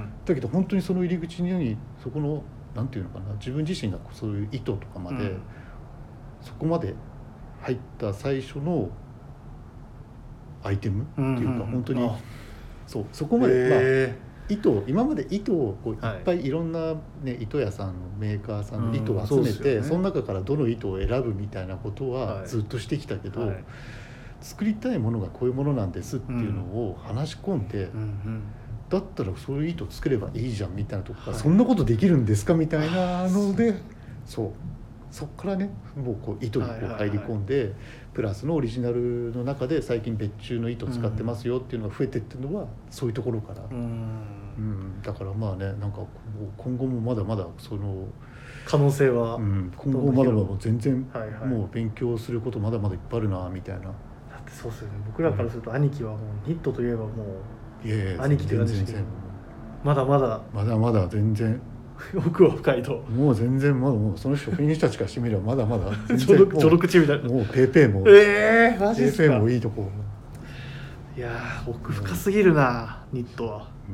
だけど本当にその入り口にそこのなんていうのかな自分自身がそういう意図とかまで、うん、そこまで入った最初のアイテムっていうか、うんうん、本当にそうそこまで、まあ、糸今まで糸をこういっぱいいろんな、ね、糸屋さんのメーカーさんの糸を集めて、うん そ, ね、その中からどの糸を選ぶみたいなことはずっとしてきたけど、はいはい、作りたいものがこういうものなんですっていうのを話し込んで、うんうんうん、だったらそういう糸作ればいいじゃんみたいなところから、はい、そんなことできるんですかみたいなのでそうそこからねもうこう糸にこう入り込んで、はいはいはい、プラスのオリジナルの中で最近別注の糸使ってますよっていうのが増えてっていうのはそういうところから、うんうん、だからまあねなんか今後もまだまだその可能性は、 うん、今後まだまだ全然もう勉強することまだまだいっぱいあるなみたいな。だってそうですよね僕らからすると兄貴はもうニットといえばもう、いやいや兄貴って感じですけどまだまだまだまだ全然奥は深いともう全然まだもうその職人たちからしてみればまだまだ全然序録中みたいなもうペーペーもえーマジですかペーペーもいいとこいやー奥深すぎるな、うん、ニットは、 うん、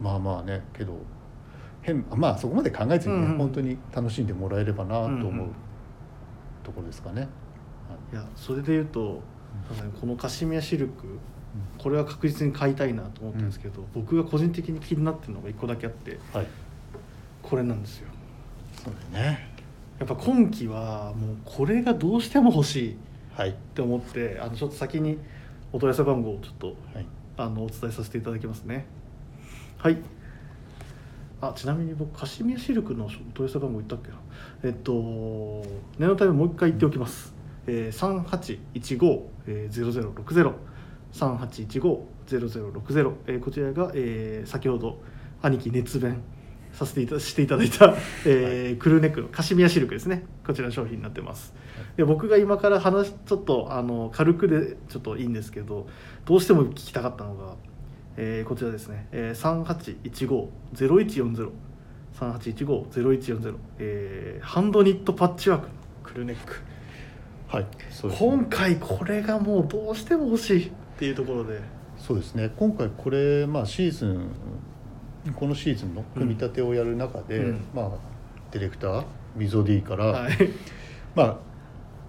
まあまあねけど変まあそこまで考えずにね、うんうん、本当に楽しんでもらえればなと思う、うんうん、ところですかね、はい、 いやそれでいうと、うん、このカシミヤシルクこれは確実に買いたいなと思ってるんですけど、うん、僕が個人的に気になってるのがいっこだけあって、はい、これなんですよ。 そうだね。 やっぱ今期はもうこれがどうしても欲しいって思って、はい、あのちょっと先にお問い合わせ番号をちょっと、はい、あのお伝えさせていただきますね。はい。あちなみに僕カシミヤシルクのお問い合わせ番号言ったっけな。えっと念のためもう一回言っておきます。えー、さんはちいちご ゼロゼロろくゼロ さんはちいちご ゼロゼロろくゼロ、えー、こちらが、えー、先ほど兄貴熱弁させていたしていただいた、えーはい、クルーネックのカシミヤシルクですね。こちらの商品になってます。で僕が今から話ちょっとあの軽くでちょっといいんですけどどうしても聞きたかったのが、えー、こちらですね、えー、さんはちいちご ゼロいちよんゼロ さんはちいちご ゼロいちよんゼロ、えー、ハンドニットパッチワークのクルーネック、 はいそうですね、 今回これがもうどうしても欲しいっていうところでそうですね今回これ、まあ、シーズンこのシーズンの組み立てをやる中で、うんまあ、ディレクターミゾ D から、はい、まあ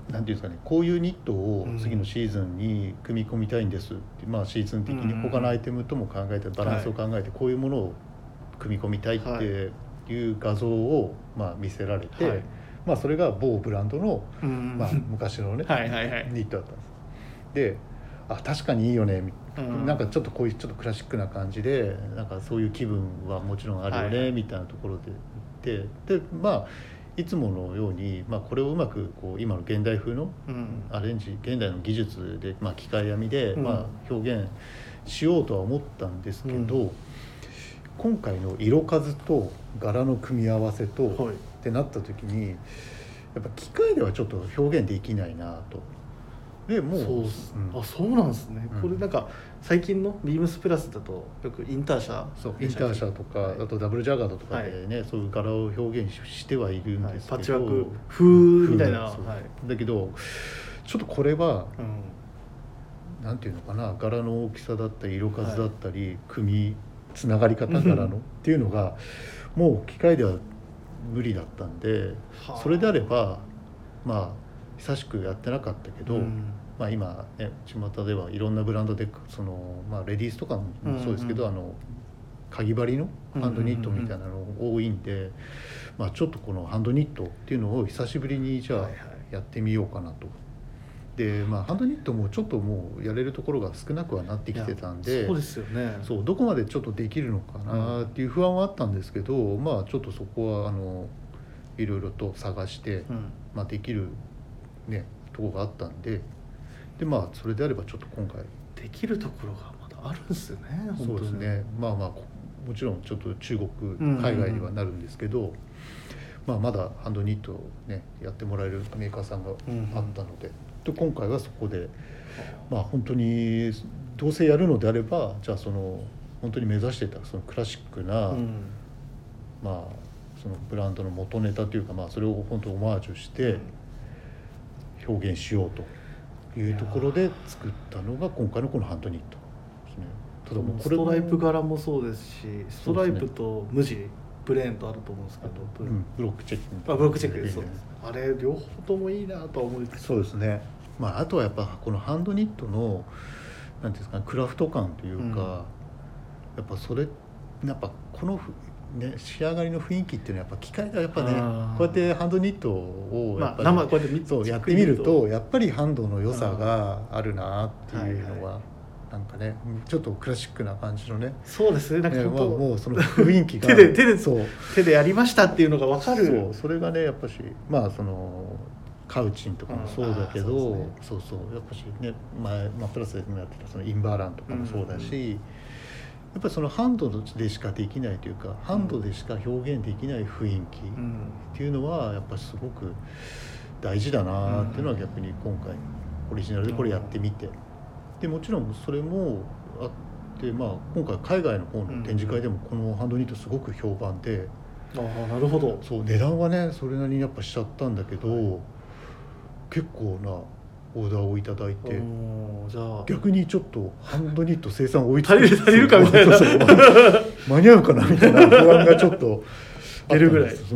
なんていうんですかね、こういうニットを次のシーズンに組み込みたいんですって、うん、まあシーズン的に他のアイテムとも考えてバランスを考えてこういうものを組み込みたいっていう画像をまあ見せられて、はい、まあそれが某ブランドの、うん、まあ昔のねはいはい、はい、ニットだったんです。で、あ確かにいいよね、うん、なんかちょっとこういうちょっとクラシックな感じでなんかそういう気分はもちろんあるよね、はい、みたいなところで言ってでまあいつものように、まあ、これをうまくこう今の現代風のアレンジ、うん、現代の技術で、まあ、機械編みで、まあ、表現しようとは思ったんですけど、うん、今回の色数と柄の組み合わせと、はい、ってなった時にやっぱ機械ではちょっと表現できないなと。でもうそう、うん、あそうなんですね、うん、これなんか最近のビームスプラスだとよくインターシャそうインターシャとか、はい、あとダブルジャガードとかでね、はい、そういう柄を表現してはいるんですけど、はい、パッチワーク風みたいな、はい、だけどちょっとこれは、うん、なんていうのかな柄の大きさだったり色数だったり、はい、組つながり方柄のっていうのがもう機械では無理だったんで、それであればまあ久しくやってなかったけど、うんまあ、今ね巷ではいろんなブランドでその、まあ、レディースとかもそうですけど、うんうん、あのかぎ針のハンドニットみたいなの多いんで、うんうんうんまあ、ちょっとこのハンドニットっていうのを久しぶりにじゃあやってみようかなと。でまあ、ハンドニットもちょっともうやれるところが少なくはなってきてたんで、 そうですよね。 そうどこまでちょっとできるのかなっていう不安はあったんですけど、うん、まあちょっとそこはあのいろいろと探して、うんまあ、できるねところがあったんで、でまあそれであればちょっと今回できるところがまだあるんですよね。 本当にそうですね。まあまあもちろんちょっと中国海外にはなるんですけど、うんうんうんまあ、まだハンドニットをねやってもらえるメーカーさんがあったので、うんうん、で今回はそこでまあ本当にどうせやるのであればじゃあその本当に目指してたそのクラシックな、うん、まあそのブランドの元ネタというか、まあ、それを本当オマージュして表現しようというところで作ったのが今回のこのハンドニットですね。 ただもうこれストライプ柄もそうですし、ストライプと無地プレーンとあると思うんですけど、 うん、ブロックチェックあブロックチェックです、そうです。あれ両方ともいいなと思いつつ、 そうですね。まああとはやっぱこのハンドニットのなんていうんですかね、クラフト感というか、うん、やっぱそれやっぱこのね、仕上がりの雰囲気っていうのはやっぱ機械がやっぱねこうやってハンドニットをやっぱり、まあ、生こうやってそうやってみるとやっぱりハンドの良さがあるなっていうのはなんかねちょっとクラシックな感じのねそうですねなんか本当、ねまあ、もうその雰囲気が手で手でそう手でやりましたっていうのが分かるそうそれがねやっぱしまあそのカウチンとかもそうだけど、うんね、そうそうやっぱしね前、まあ、プラスでもやってたそのインバーランとかもそうだし、うんうんやっぱりそのハンドでしかできないというかハンドでしか表現できない雰囲気っていうのはやっぱりすごく大事だなっていうのは逆に今回オリジナルでこれやってみてでもちろんそれもあってまあ今回海外の方の展示会でもこのハンドニットすごく評判でああなるほどそう値段はねそれなりにやっぱしちゃったんだけど結構なオーダーをいただいてじゃあ逆にちょっとハンドニット生産追いつけ足りるかみたいな間に合うかなみたいな不安がちょっと出るぐらい、 うん、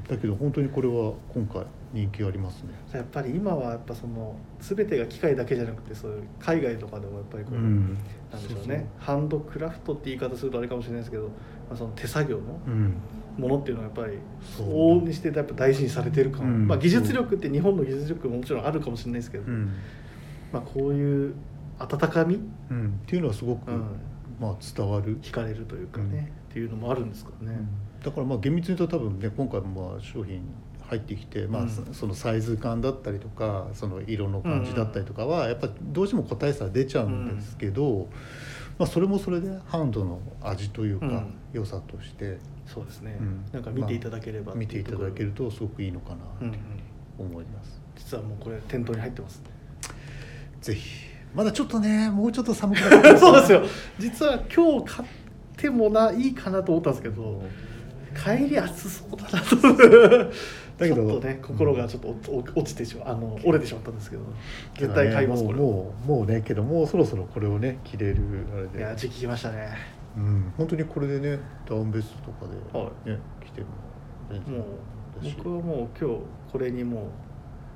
だけど本当にこれは今回人気ありますね。 やっぱり今はやっぱその全てが機械だけじゃなくてそういう海外とかでもやっぱりこう、うん、なんでしょうねそうそうハンドクラフトって言い方するとあれかもしれないですけど、まあ、その手作業のものっていうのはやっぱり往々にしてやっぱ大事にされてる感、うんまあ、技術力って日本の技術力ももちろんあるかもしれないですけど、うんまあ、こういう温かみ、 うん、っていうのはすごく、うんまあ、伝わる惹かれるというかね、うん、っていうのもあるんですかね、うん、 だからまあ厳密に言うと多分ね今回もまあ商品入ってきて、まあうん、そのサイズ感だったりとかその色の感じだったりとかはやっぱりどうしても個体差出ちゃうんですけど、うんまあ、それもそれでハンドの味というか、うん、良さとしてそうですね、うん、なんか見ていただければ、まあ、 見ていただけるとすごくいいのかなと思います、 うんうん、実はもうこれ店頭に入ってますね。 ぜひまだちょっとねもうちょっと寒くなってそうですよ実は今日買ってもないいかなと思ったんですけど帰り暑そうだなとだけどちょっとね心がちょっと落ちてしまうあの折れてしまったんですけど絶対買います、ね、これもうもうねけどもうそろそろこれをね着れるあれでいや時期来ましたねうん本当にこれでねダウンベストとかで、ねはい、着てももう僕はもう今日これにもう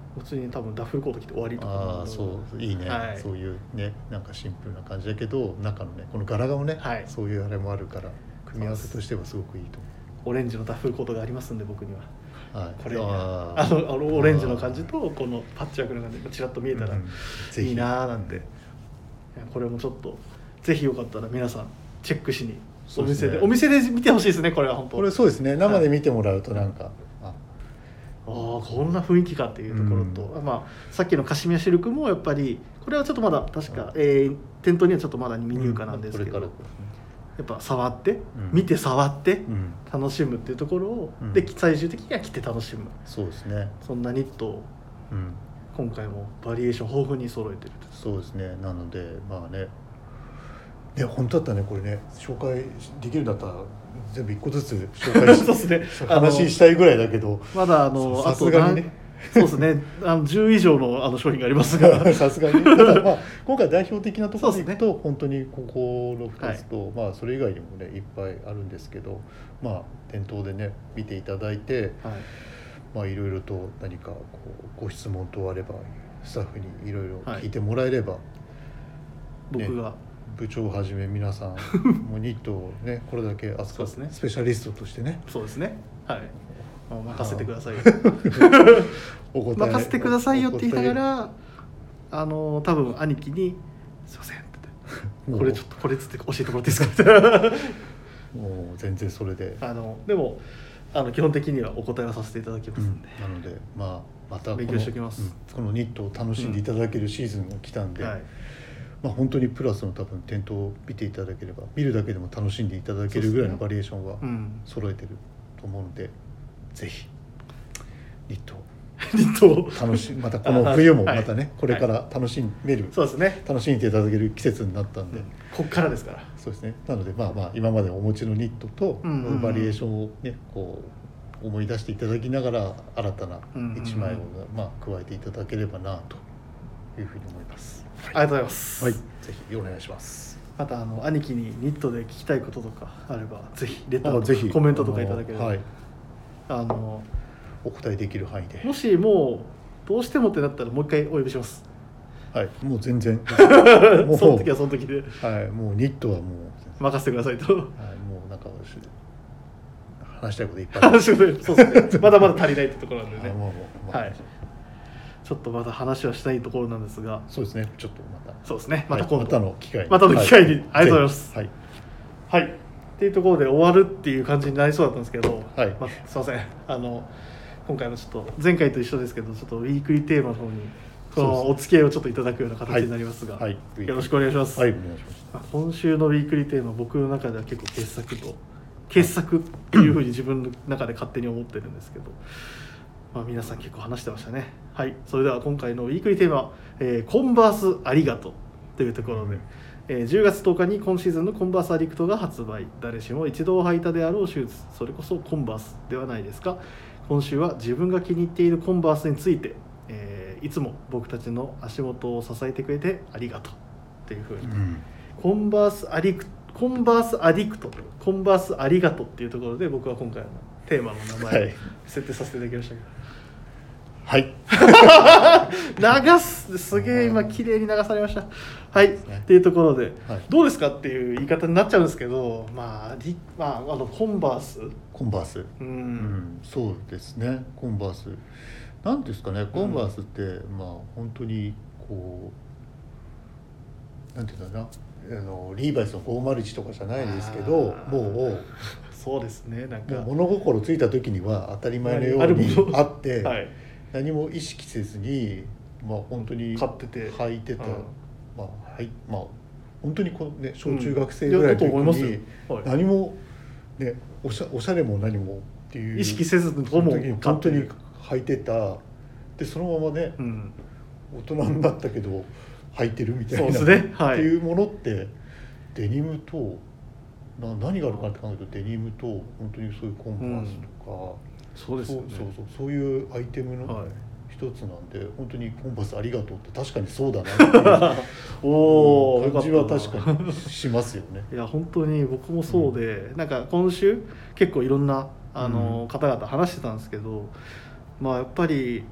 普通に多分ダッフルコート着て終わりとか。 ああそういいね、はい、そういうねなんかシンプルな感じだけど中のねこの柄がもね、はい、そういうあれもあるから組み合わせとしてはすごくいいと思う。 オレンジのダッフルコートがありますんで僕には。 はい、 これああのあのオレンジの感じとこのパッチワークの感じがちらっと見えたらいいなーなんて、うん、これもちょっとぜひよかったら皆さんチェックしにお店 で, で、ね、お店で見てほしいですね。これは本当これそうですね生で見てもらうとなんか、はい、 ああこんな雰囲気かっていうところと、うんまあ、さっきのカシミヤシルクもやっぱりこれはちょっとまだ確か、うんえー、店頭にはちょっとまだ未入荷なんですけど、うん、これからやっぱ触って、うん、見て触って楽しむっていうところを、うん、で最終的には着て楽しむ。 そうですね。 そんなニットを、うん、今回もバリエーション豊富に揃えてる。 そうですね。なのでまあね、ね本当だったらねこれね紹介できるんだったら全部一個ずつ紹介してそうですね。 話したいぐらいだけど、 まだあのさすがにね。そうですね。あのじゅう以上のあの商品がありますが、 さすがに。ただまあ今回代表的なところでいくと、ね、本当にここのふたつと、はい、まあそれ以外にもねいっぱいあるんですけど、まあ店頭でね見ていただいて、はい、まあいろいろと何かこうご質問等あればスタッフにいろいろ聞いてもらえれば、はいね、僕が部長をはじめ皆さんもうニットをねこれだけ扱う、ね、スペシャリストとしてね。 そうですね。はい。任せてくださいよ任せてくださいよって言いながらあの多分兄貴にすいませんってこれちょっとこれつって教えてもらっていいですかもう全然それであのでもあの基本的にはお答えはさせていただきますんで、 うん、なのでまあまた勉強しておきます、 うん、このニットを楽しんでいただけるシーズンが来たんで、うんはいまあ、本当にプラスの多分店頭を見ていただければ見るだけでも楽しんでいただけるぐらいのバリエーションは揃えてると思うので、ぜひニットをニットを楽しまたこの冬もまたね、はい、これから楽しめる、 はい、そうですね楽しんでいただける季節になったんで、うん、 こっからですからそうですね。なのでまあまあ今までお持ちのニットとバリエーションをねこう思い出していただきながら新たないちまいをまあ加えていただければなというふうに思います、 はい、ありがとうございます、 はい、ぜひお願いします。 またあの兄貴にニットで聞きたいこととかあればぜひレターとかコメントとかいただければ、はい、あのお答えできる範囲で、 もしもうどうしてもってなったらもう一回お呼びします。 はいもう全然もうその時はその時で、 はい、もうニットはもう任せてくださいと、はい、 もうなんか話したいこといっぱいあるそうですねまだまだ足りないってところなんでねもうもう、まあ、 はいちょっとまた話はしたいところなんですが、 そうですねちょっとまたそうですねまた今度、 はい、またの機会にまたの機会に、はい、ありがとうございますはい、 はい、っていうところで終わるっていう感じになりそうだったんですけど、 はいまあ、すいませんあの今回のちょっと前回と一緒ですけどちょっとウィークリーテーマの方にこのお付き合いをちょっといただくような形になりますが、はいはい、よろしくお願いします。 はいお願いします。 今週のウィークリーテーマ僕の中では結構傑作と傑作っていうふうに自分の中で勝手に思ってるんですけどまあ、皆さん結構話してましたね。はい、それでは今回のウィークリーテーマ、えー、コンバースありがとうというところで、うんえー、じゅうがつとおかに今シーズンのコンバースアディクトが発売。誰しも一度履いたであろうシューズ、それこそコンバースではないですか。今週は自分が気に入っているコンバースについて、えー、いつも僕たちの足元を支えてくれてありがとうっていうふうに、うん、コンバースアディクトコンバースアディクトコンバースありがとうっていうところで僕は今回のテーマの名前を設定させていただきましたけど、 はい流すすげえ今綺麗に流されました。はい、ね、っていうところで、はい、どうですかっていう言い方になっちゃうんですけど、まあ、まあ、あのコンバースコンバース、うん、うん、そうですねコンバースなんですかねコンバースって、うん、まあ本当にこうなんていうんだろうなあのリーバイスのごーまるいちとかじゃないですけどもうそうですねなんか物心ついた時には当たり前のようにあって、はい、何も意識せずにまあ本当に買ってて履いてた、うん、まあはいまあ本当にこうね小中学生ぐらいの時に何もねおしゃおしゃれも何もっていう意識せずとも本当に履いてたでそのままね、うん、大人になったけど履いてるみたいな、 そうですね、はい、 っていうものってデニムとな何があるかなって考えるとデニムと本当にそういうコンバースとか、うん、 そうですよね、 そうそうそうそういうアイテムの一つなんで、はい、本当にコンバースありがとうって確かにそうだなっていうお感じは確かにしますよね。 いや本当に僕もそうで、うん、なんか今週結構いろんなあの、うん、方々話してたんですけど、まあやっぱり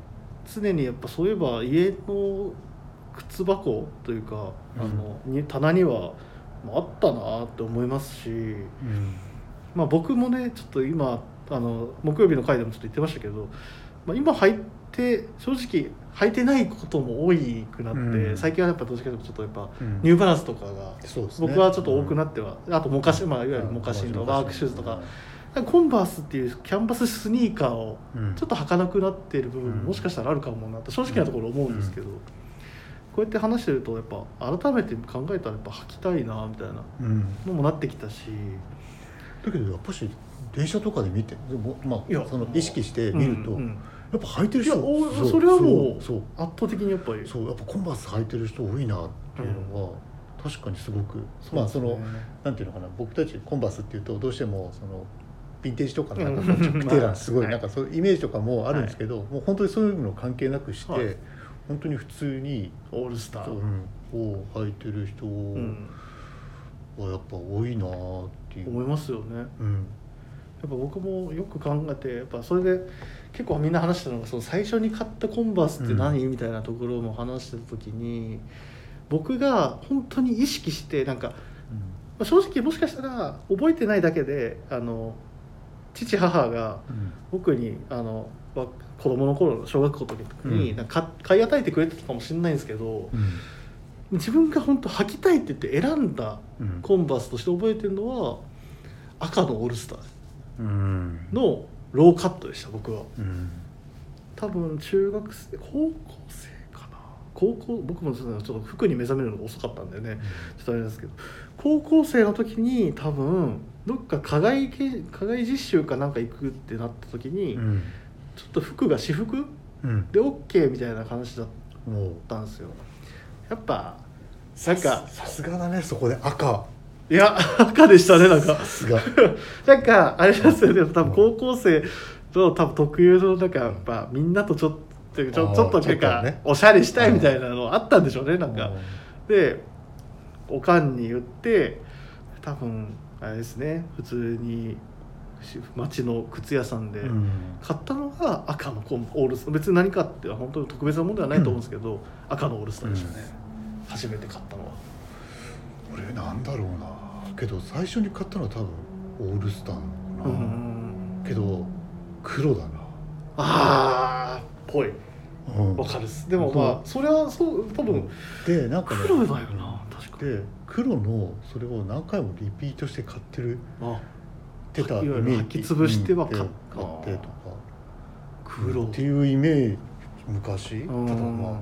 常にやっぱそういえば家の靴箱というか、うん、あのに棚にはあったなって思いますし、うん、まあ僕もねちょっと今あの木曜日の回でもちょっと言ってましたけど、まあ、今履いて正直履いてないことも多くなって、うん、最近はやっぱどっちかというとちょっとやっぱ、うん、ニューバランスとかが、ね、僕はちょっと多くなっては、うん、あとモカシ、まあ、いわゆるモカシンとかワークシューズとか、うん、コンバースっていうキャンバススニーカーをちょっと履かなくなっている部分ももしかしたらあるかもなと正直なところ思うんですけど、うん、こうやって話してるとやっぱ改めて考えたらやっぱ履きたいなみたいなのもなってきたし、 だけどやっぱし電車とかで見てでも、まあ、その意識して見ると、うんうん、やっぱ履いてる人、 いや そ, それはもう圧倒的にやっぱりそうやっぱコンバース履いてる人多いなっていうのは、うん、確かにすごく、まあそのなんていうのかな、僕たちコンバースっていうとどうしてもそのヴィンテージとかのなんかチョックテーラーすごいなんかそういうイメージとかもあるんですけど、はい、もう本当にそういうの関係なくして、はい、本当に普通にオールスターを履いてる人はやっぱ多いなっていう、 思いますよね、 うん、 やっぱ僕もよく考えてやっぱそれで結構みんな話したのがその最初に買ったコンバースって何、うん、みたいなところも話してた時に僕が本当に意識してなんか、うん、正直もしかしたら覚えてないだけであの父母が僕にあの子供の頃の小学校の時になんか買い与えてくれてたかもしれないんですけど、うん、自分が本当履きたいって言って選んだコンバースとして覚えてるのは赤のオールスターのローカットでした僕は、うん、多分中学生高校生かな高校僕もちょっと服に目覚めるのが遅かったんだよね、うん、ちょっとあれですけど高校生の時に多分どっか課外課外実習かなんか行くってなった時に、うん、ちょっと服が私服、うん、で OK みたいな話だったんですよ。やっぱなんかさすがだね、そこで赤いや赤でしたね、なんかさすがなんかあれですよね、多分高校生の多分特有のなんかやっぱみんなとちょっとちょ、ちょっとなんかおしゃれしたいみたいなのあったんでしょうね、なんかでおかんに言って多分あれですね、普通に町の靴屋さんで買ったのが赤のコンオールスター、別に何かって本当に特別なものではないと思うんですけど、うん、赤のオールスターでしたね、うん、初めて買ったのは。 俺なんだろうな、けど最初に買ったのは多分オールスターなのかな、うん、けど黒だなあーぽいわかるっす。でもまあそれはそう多分でなんか、ね、 黒だよな確かで黒のそれを何回もリピートして買ってるってたイメージ、 履き潰しては買ってとか黒っていうイメージ昔ただまあ、うん、かなや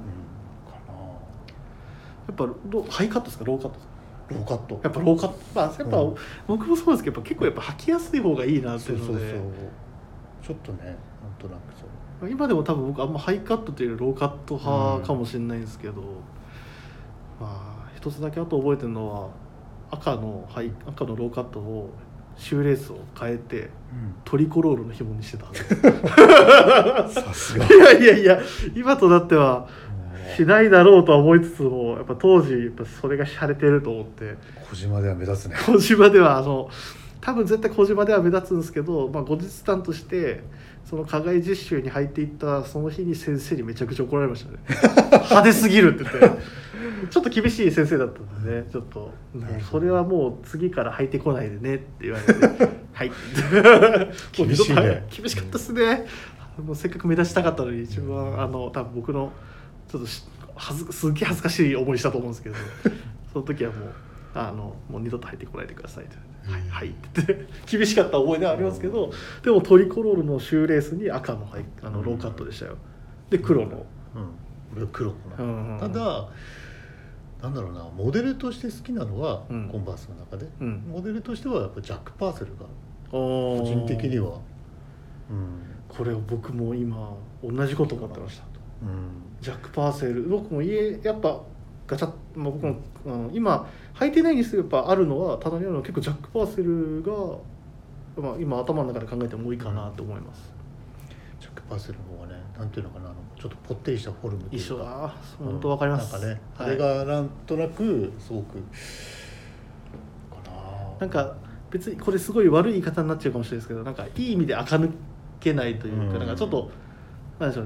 っぱハイカットですかローカットですか。 ローカットやっぱローカット、まあ、やっぱ、うん、僕もそうですけどやっぱ結構やっぱ履きやすい方がいいなっていうので、そうそうそうちょっとねなんとなくそう今でも多分僕あんまハイカットというよりローカット派かもしれないんですけど、うん、まあ一つだけあと覚えてるのは赤のハイ赤のローカットをシューレースを変えて、うん、トリコロールの紐にしてたさすがいやいやいや今となってはしないだろうとは思いつつもやっぱ当時やっぱそれが洒落てると思って小島では目立つね小島ではあの多分絶対小島では目立つんですけど、まあ、後日談としてその課外実習に入っていったその日に先生にめちゃくちゃ怒られましたね派手すぎるって言ってちょっと厳しい先生だったんでねちょっとそれはもう次から履いてこないでねって言われてはい厳しいね厳しかったっすね。もうせっかく目立ちたかったのに一番あの多分僕のちょっとはずすっげえ恥ずかしい思いしたと思うんですけどその時はもうあのもう二度と入ってこないでくださいって「はいはい」って言って厳しかった思い出はありますけど、でもトリコロールのシューレースに赤のあのローカットでしたよ。で黒の、うん、 俺は黒かな、うんうん、ただなんだろうなモデルとして好きなのは、うん、コンバースの中で、うん、モデルとしてはやっぱジャック・パーセルが個人的には、うん、 これを僕も今同じこと思ってました、うん、ジャック・パーセル僕も家やっぱガチャッ、まあ、僕も、うん、今履いてないんですけどやっぱあるのは棚にあるのは結構ジャック・パーセルが、まあ、今頭の中で考えても多いかなと思います、 うん、ジャック・パーセルの方がねなんていうのかなちょっとぽってりしたフォルムというか一緒だ本当わかります、 うん、なんかね、はい、あれがなんとなくすごくかななんか別にこれすごい悪い言い方になっちゃうかもしれないですけどなんかいい意味で垢抜けないというか、うん、なんかちょっとなんでしょうね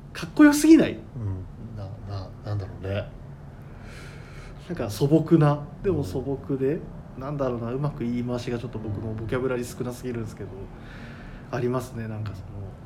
かっこよすぎない、 うん、な, な, なんだろうね、 なんか素朴なでも素朴で、うん、なんだろうな、うまく言い回しがちょっと僕のボキャブラリー少なすぎるんですけど、ありますね。なんかそ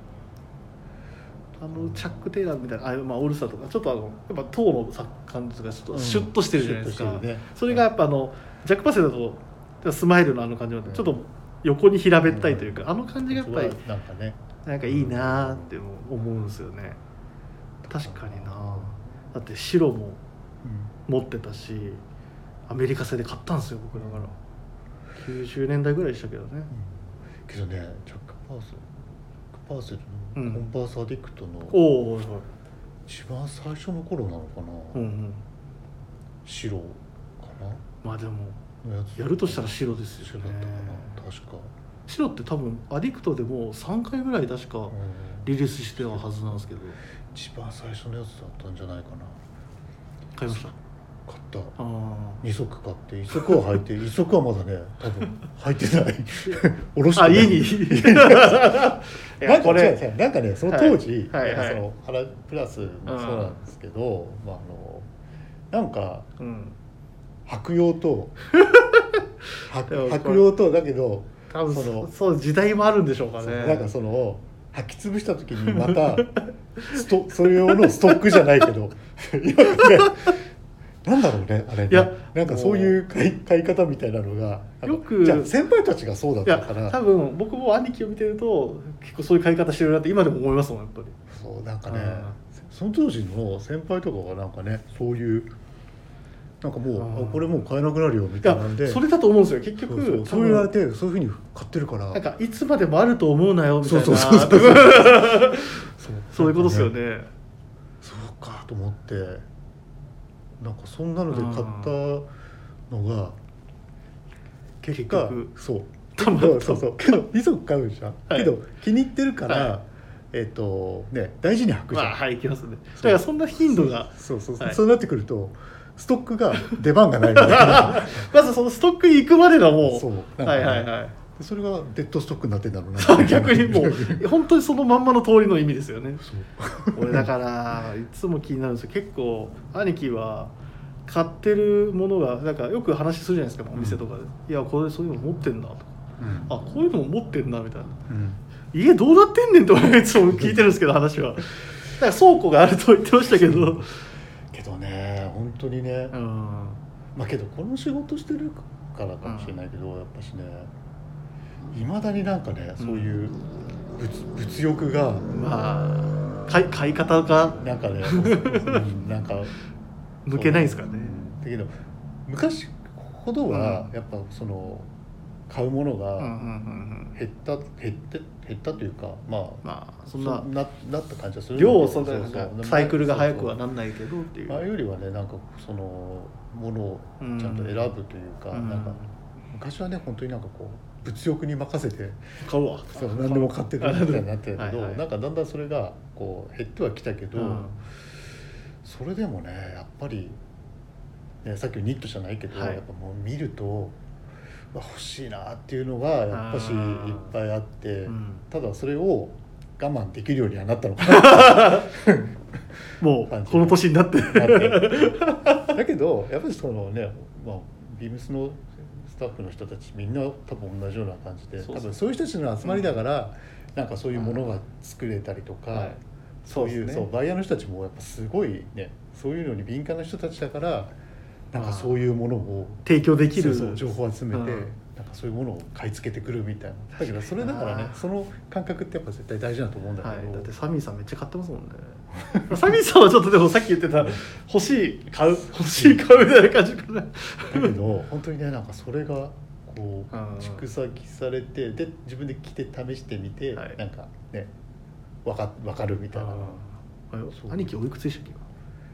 のあのチャック・テイラーみたいな、あ、まあ、オールスターとかちょっとあのやっぱ塔の感じがちょっとシュッとしてるじゃないですか、うんね、それがやっぱあのジャック・パセだとスマイルのあの感じがちょっと横に平べったいというか、うん、あの感じがやっぱりなんかね、なんかいいなって思うんですよね。確かにな。だって白も持ってたし、アメリカ製で買ったんですよ僕。だからきゅうじゅうねんだいぐらいでしたけどね、うん、 けどね、ジャック・パーセルパーセルのコンバースアディクトの一番最初の頃なのかな、うんうん、白かな。 まあでもやるとしたら白ですよね。 白だったかな、確か。 白って多分アディクトでもさんかいぐらい確かリリースしてははずなんですけど、うん、 一番最初のやつだったんじゃないかな。 買いました。 買った。に足買っていっ足は履いていっ足はまだね多分履いてないおろしてない。あ、家になんかね、なんかねその当時、はいはいはい、そのハラプラスもそうなんですけど、まあ、あのなんか、うん、履く用と履く用とだけど多分そのそう時代もあるんでしょうかね。 なんかその履き潰した時にまたストそれ用のストックじゃないけど今ねなんだろうねあれね、いやなんかそういう買い、買い方みたいなのがよく、じゃあ先輩たちがそうだったから、いや多分僕も兄貴を見てると結構そういう買い方してるなって今でも思いますもんやっぱり。 そうなんかね、その当時の先輩とかがなんかねそういうなんかもうあこれもう買えなくなるよみたいなんで、 それだと思うんですよ結局。 そうそうそう言われてそういうふうに買ってるから、 なんかいつまでもあると思うなよみたいな、そうそうそうそうそういうことですよね。 そうかと思って。なんかそんなので買ったのが結果そうそうそうそうけどに足買うじゃん、はい、けど気に入ってるから、はい、えっ、ー、とね大事に履くじゃん、まあ、 はい行きますね。だからそんな頻度がそうそうそう、はい、そうなってくるとストックが出番がないみたいなまずそのストックに行くまでがもうそうなんか、ね、 はいはいはい、 それがデッドストックになってんだろうな逆にもう本当にそのまんまの通りの意味ですよね。そう俺だからいつも気になるんですよ。結構兄貴は買ってるものがなんかよく話するじゃないですかお店とかで、うん、いやこれそういうの持ってんなとか、うん、あこういうのも持ってんなみたいな、うん、家どうなってんねんとかいつも聞いてるんですけど話はだから倉庫があると言ってましたけどけどね本当にね、うん、まあけどこの仕事してるからかもしれないけど、うん、やっぱしねいまだになんかねそういう 物, 物欲がまあ買い、買い方がなんかね、うん、なんか抜けないですかね。 だけど昔ほどはやっぱその買うものが減った減って減ったというかまあまあそんなななった感じはする。 量はそんななんかサイクルが早くはなんないけどっていう。 あれよりはねなんかそのものをちゃんと選ぶというか、うん、なんか昔はね本当になんかこう物欲に任せて買うわそう何でも買ってるみたいになってるけど、はいはい、なんかだんだんそれがこう減ってはきたけど、うん、それでもねやっぱり、ね、さっきのニットじゃないけど、はい、やっぱもう見ると欲しいなっていうのがやっぱしいっぱいあって、うん、ただそれを我慢できるようにはなったのかなもうこの年になってだけどやっぱりそのね、まあ、ビームスのスタッフの人たちみんな多分同じような感じで多分そういう人たちの集まりだから、うん、なんかそういうものが作れたりとか、はい、そういう、ね、そうバイヤーの人たちもやっぱすごいねそういうのに敏感な人たちだからなんかそういうものを提供できるそうそう情報を集めて、うん、なんかそういうものを買い付けてくるみたいな。だけどそれだからねその感覚ってやっぱ絶対大事だと思うんだけど、はい、 だってサミーさんめっちゃ買ってますもんねサミーさんはちょっとでもさっき言ってた欲しい買う欲しい買うみたいな感じかなだけど本当にねなんかそれがこう蓄積されてで自分で着て試してみて、はい、なんかね分か、分かるみたいな。 兄貴おいくつでしたっけ？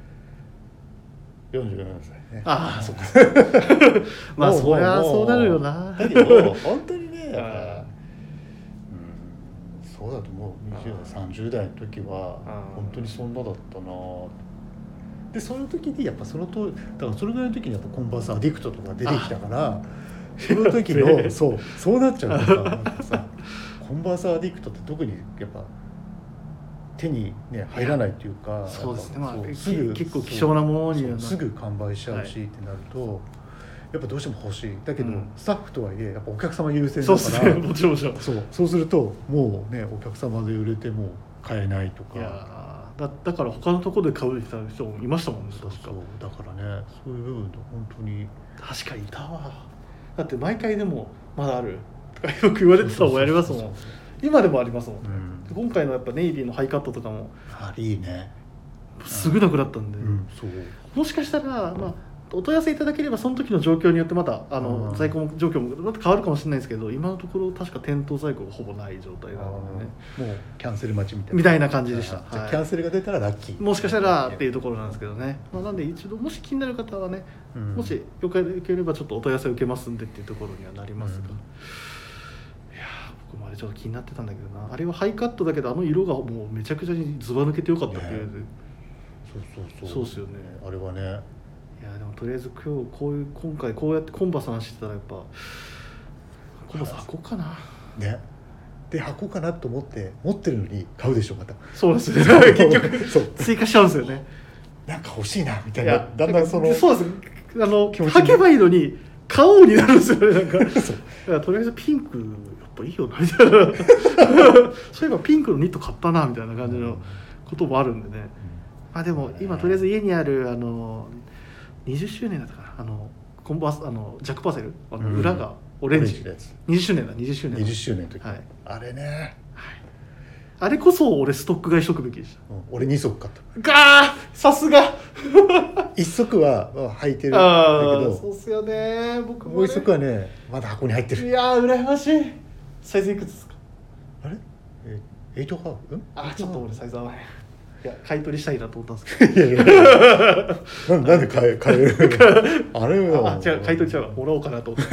よんじゅうななさいね。 ああ、そうか。まあそりゃそうなるよな。 だけど本当にね、やっぱ、うん、そうだと思う。にじゅう代、さんじゅう代の時は本当にそんなだったな。でその時にやっぱそのとだからそれぐらいの時にやっぱコンバースアディクトとか出てきたから、その時のそうそうなっちゃうからさ、コンバースアディクトって特にやっぱ手に、ね、入らないというか、 そうですね、まあ、 すぐ結構希少なものにはすぐ完売しちゃうし、はい、ってなるとやっぱどうしても欲しいだけど、うん、スタッフとはいえやっぱお客様優先だからそうですね、もちろんもちろんそう、そうするともうねお客様で売れても買えないとか、 いや だ, だから他のところで買う人もいましたもんね。確かそうだからね、そういう部分で本当に確かにいたわ。だって毎回でもまだあるとかよく言われてたのもやりますもん。今でもありますもん、うん、今回のやっぱネイビーのハイカットとかもあいいね、 すぐなくなったんで、うん、そうもしかしたら、まあ、お問い合わせいただければその時の状況によってまたあの在庫状況もまた変わるかもしれないですけど、今のところ確か店頭在庫がほぼない状態なのでね、 もうキャンセル待ちみたいなみたいな感じでした。 じゃあキャンセルが出たらラッキー、 もしかしたらっていうところなんですけどね、まあ、なんで一度もし気になる方はね、うん、もしよければちょっとお問い合わせを受けますんでっていうところにはなりますが、うん、いや僕もあれちょっと気になってたんだけどな、あれはハイカットだけどあの色がもうめちゃくちゃにズバ抜けてよかったっていう、ね、 そうそうそうそうですよね、 あれはね。 いやでもとりあえず今日こういう今回こうやってコンバス話してたらやっぱコンバス箱かなね、で箱かなと思って持ってるのに買うでしょまた。 そうですね結局そう追加しちゃうんですよね。 なんか欲しいなみたいな、だんだんそのそうですあの履けばいいのに買おうになるんですよね。なんかそうだからとりあえずピンクやっぱいいよなみたいなそういえばピンクのニット買ったなみたいな感じのこともあるんでね、うん、まあでも今とりあえず家にあるあのにじゅっしゅうねんだったかな、あのコンバスあのジャックパーセルあの裏がオレンジ、うん、にじゅっしゅうねんだにじゅっしゅうねんにじゅっしゅうねんの時、 はい、 あれね、はい、 あれこそ俺ストック買いしとくべきでした、 うん、俺にそく買ったガーさすがいっそくは履いてるんだけど、 そうっすよね。僕も、ね、 もういっそくはねまだ箱に入ってる。 いやー羨ましい。サイズいくつですか？ あれえエイトハーフ？ あちょっと俺サイズ合わない。いや買い取りしたいなと思ったんですけどいやいやな, なんで買え買えるあれはあ違う買い取りちゃうわもらおうかなと思って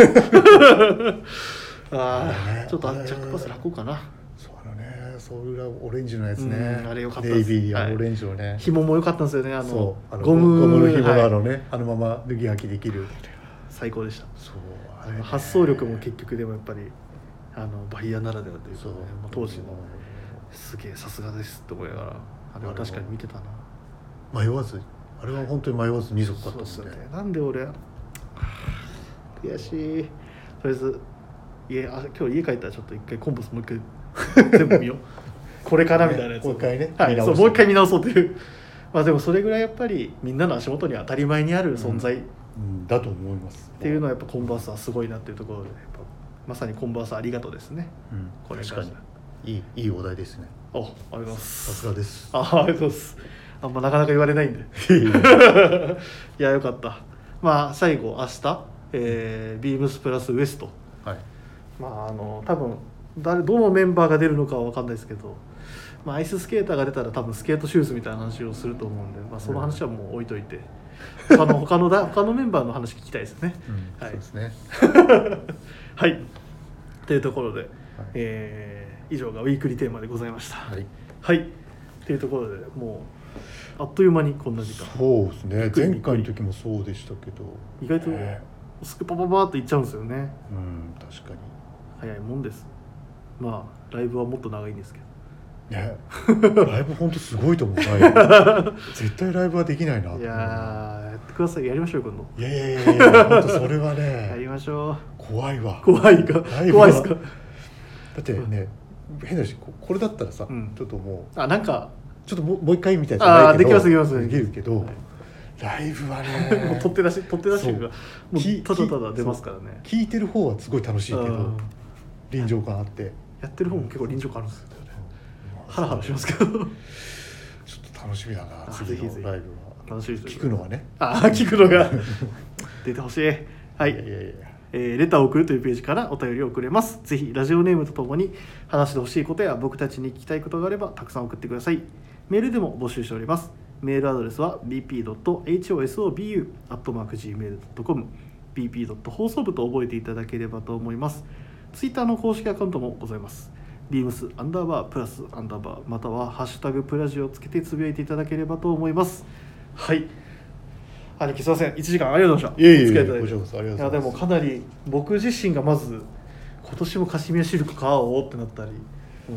ああ、ね、ちょっとジャックパス楽かな。 そうあのねそういうオレンジのやつね、 あれよかったです。 ネイビーやオレンジのね、はい、 紐も良かったんですよね。あのあのゴムゴムの紐のあのね、はい、あのまま脱ぎ履きできる最高でした。 そうあれ、ね、発想力も結局でもやっぱりあのバイヤーならではというか、ね、もう当時のすげえさすがですって思いながらあれは確かに見てたな。 迷わずあれは本当に迷わずに足買ったもんね。 そうですよね。なんで俺悔しい。とりあえず家あ今日家帰ったらちょっと一回コンパスもう一回全部見ようこれかなみたいなやつ、 ね、もう一回ね、 はい、そうもう一回見直そうというまあでもそれぐらいやっぱりみんなの足元に当たり前にある存在、うんうん、だと思いますっていうのはやっぱコンバースはすごいなっていうところでやっぱまさにコンバースありがとうですね、 うん、これ確かにいいいいお題ですね。 あ、ありがとうございます。 さすがです。 あ、ありがとうございます。あんまなかなか言われないんでいやよかった。まあ最後明日、えー、ビームスプラスウエスト、 はい、 まああの多分誰どのメンバーが出るのかは分かんないですけど、まあ、アイススケーターが出たら多分スケートシューズみたいな話をすると思うんで、まあ、その話はもう置いといて、うん、他の他のだ他のメンバーの話聞きたいですね、 うん、はい、そうですねはいというところで、はい、えー以上がウィークリーテーマでございました。 はい、 はい、というところでもうあっという間にこんな時間。 そうですね。前回の時もそうでしたけど意外とスクパパパーっていっちゃうんですよね。 うん確かに早いもんです。まあライブはもっと長いんですけどねライブ本当すごいと思う絶対ライブはできないな。 いややってください。やりましょう今度。 いやいやいや本当それはねやりましょう。 怖いわ。 怖いか怖いですか。だってね変だしこれだったらさ、うん、ちょっともうあなんかちょっともう一回みたいなあできますできますできるけど、はい、ライブはねもう取って出し取って出しがもうただただ出ますからね。 聞いてる方はすごい楽しいけど臨場感あってやってる方も結構臨場感あるんですよね、うん、ハラハラしますけどちょっと楽しみだな次のライブは。 楽しみです。 聞くのはねあ聞くのが出てほしい。はい、 いやいやいやえー、レターを送るというページからお便りを送れます。ぜひラジオネームとともに話してほしいことや僕たちに聞きたいことがあればたくさん送ってください。メールでも募集しております。メールアドレスは ビーピードットホーソブ アットマークジーメールドットコム ビーピードット放送部と覚えていただければと思います。ツイッターの公式アカウントもございます。ビームスアンダーバープラスアンダーバーまたはハッシュタグプラジをつけてつぶやいていただければと思います。はい兄貴すいませんいちじかんありがとうございました。 いえいえいえこちらこそありがとうございます。いやでもかなり僕自身がまず今年もカシミヤシルク買おうってなったりもう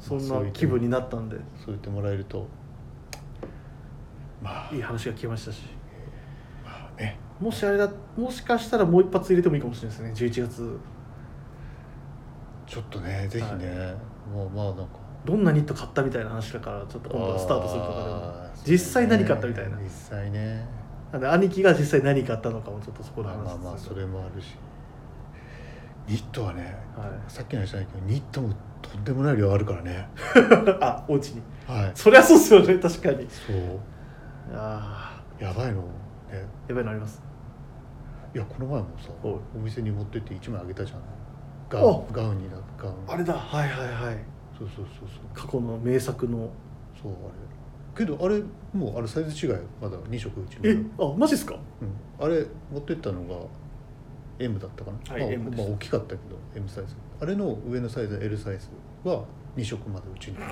そんな気分になったんで、 そう言ってもらえるとまあいい話が聞けましたし、 まあね、 もしあれだもしかしたらもう一発入れてもいいかもしれないですね。じゅういちがつちょっとねぜひね、はい、もうまあなんかどんなニット買ったみたいな話だからちょっと今度はスタートするとかでも実際何買ったみたいな、 実際ね、 なんで兄貴が実際何買ったのかもちょっとそこで話す。 まあまあそれもあるし、ニットはね、はい、さっきの話じゃないけどニットもとんでもない量あるからねあ、お家に、 はい、 そりゃそうっすよね、確かに。 そうあやばいのね、 やばいのあります。 いやこの前もさお店に持ってっていちまいあげたじゃん、ガウン、ガウンになガウン、 あれだ、はいはいはい、 そうそうそうそう、 過去の名作の、 そうあれけどあれもうあれサイズ違いまだに色うちの、 え、あ、マジっすか。 うん、あれ持ってったのがエム だったかな、 はい、 まあ、 エムまあ大きかったけど エム サイズ、あれの上のサイズ エル サイズはに色までうちに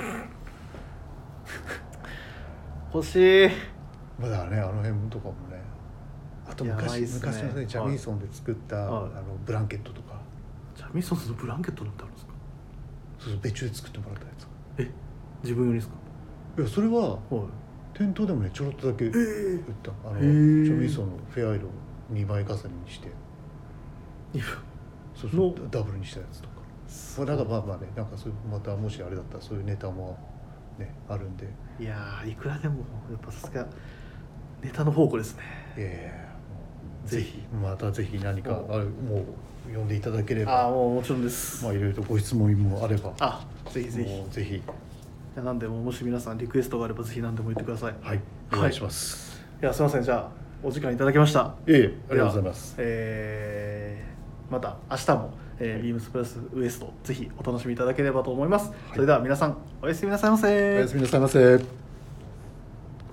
欲しい。 まだね、あの辺とかもね、あと昔、ね、昔のねジャミーソンで作った、はい、あのブランケットとか、 ジャミーソンのブランケットなんてあるんですか。 そうそう、別注で作ってもらったやつ。 え、自分用にですか。 いやそれは、はい、店頭でもねちょろっとだけ売った、えー、あのジャミーソンのフェアアイロンにまい重ねにしてそうそうダブルにしたやつとか、まあ、だからまあまあね、なんかそういうまたもしあれだったらそういうネタもねあるんで、 いやいくらでもやっぱさすがネタの宝庫ですね。 ええー、ぜひまたぜひ何かあれもう呼んでいただければ、 あもうもちろんです。 まあいろいろとご質問もあれば、 あぜひぜひぜひ、 なんでももし皆さんリクエストがあればぜひ何でも言ってください。 はい、お願いします。 はい、いやすいません、じゃあお時間いただきました。 ええ、ありがとうございます。 えー、また明日も、えー、ビームスプラスウエストぜひお楽しみいただければと思います。はい、それでは皆さんおやすみなさいませ。 おやすみなさいませ。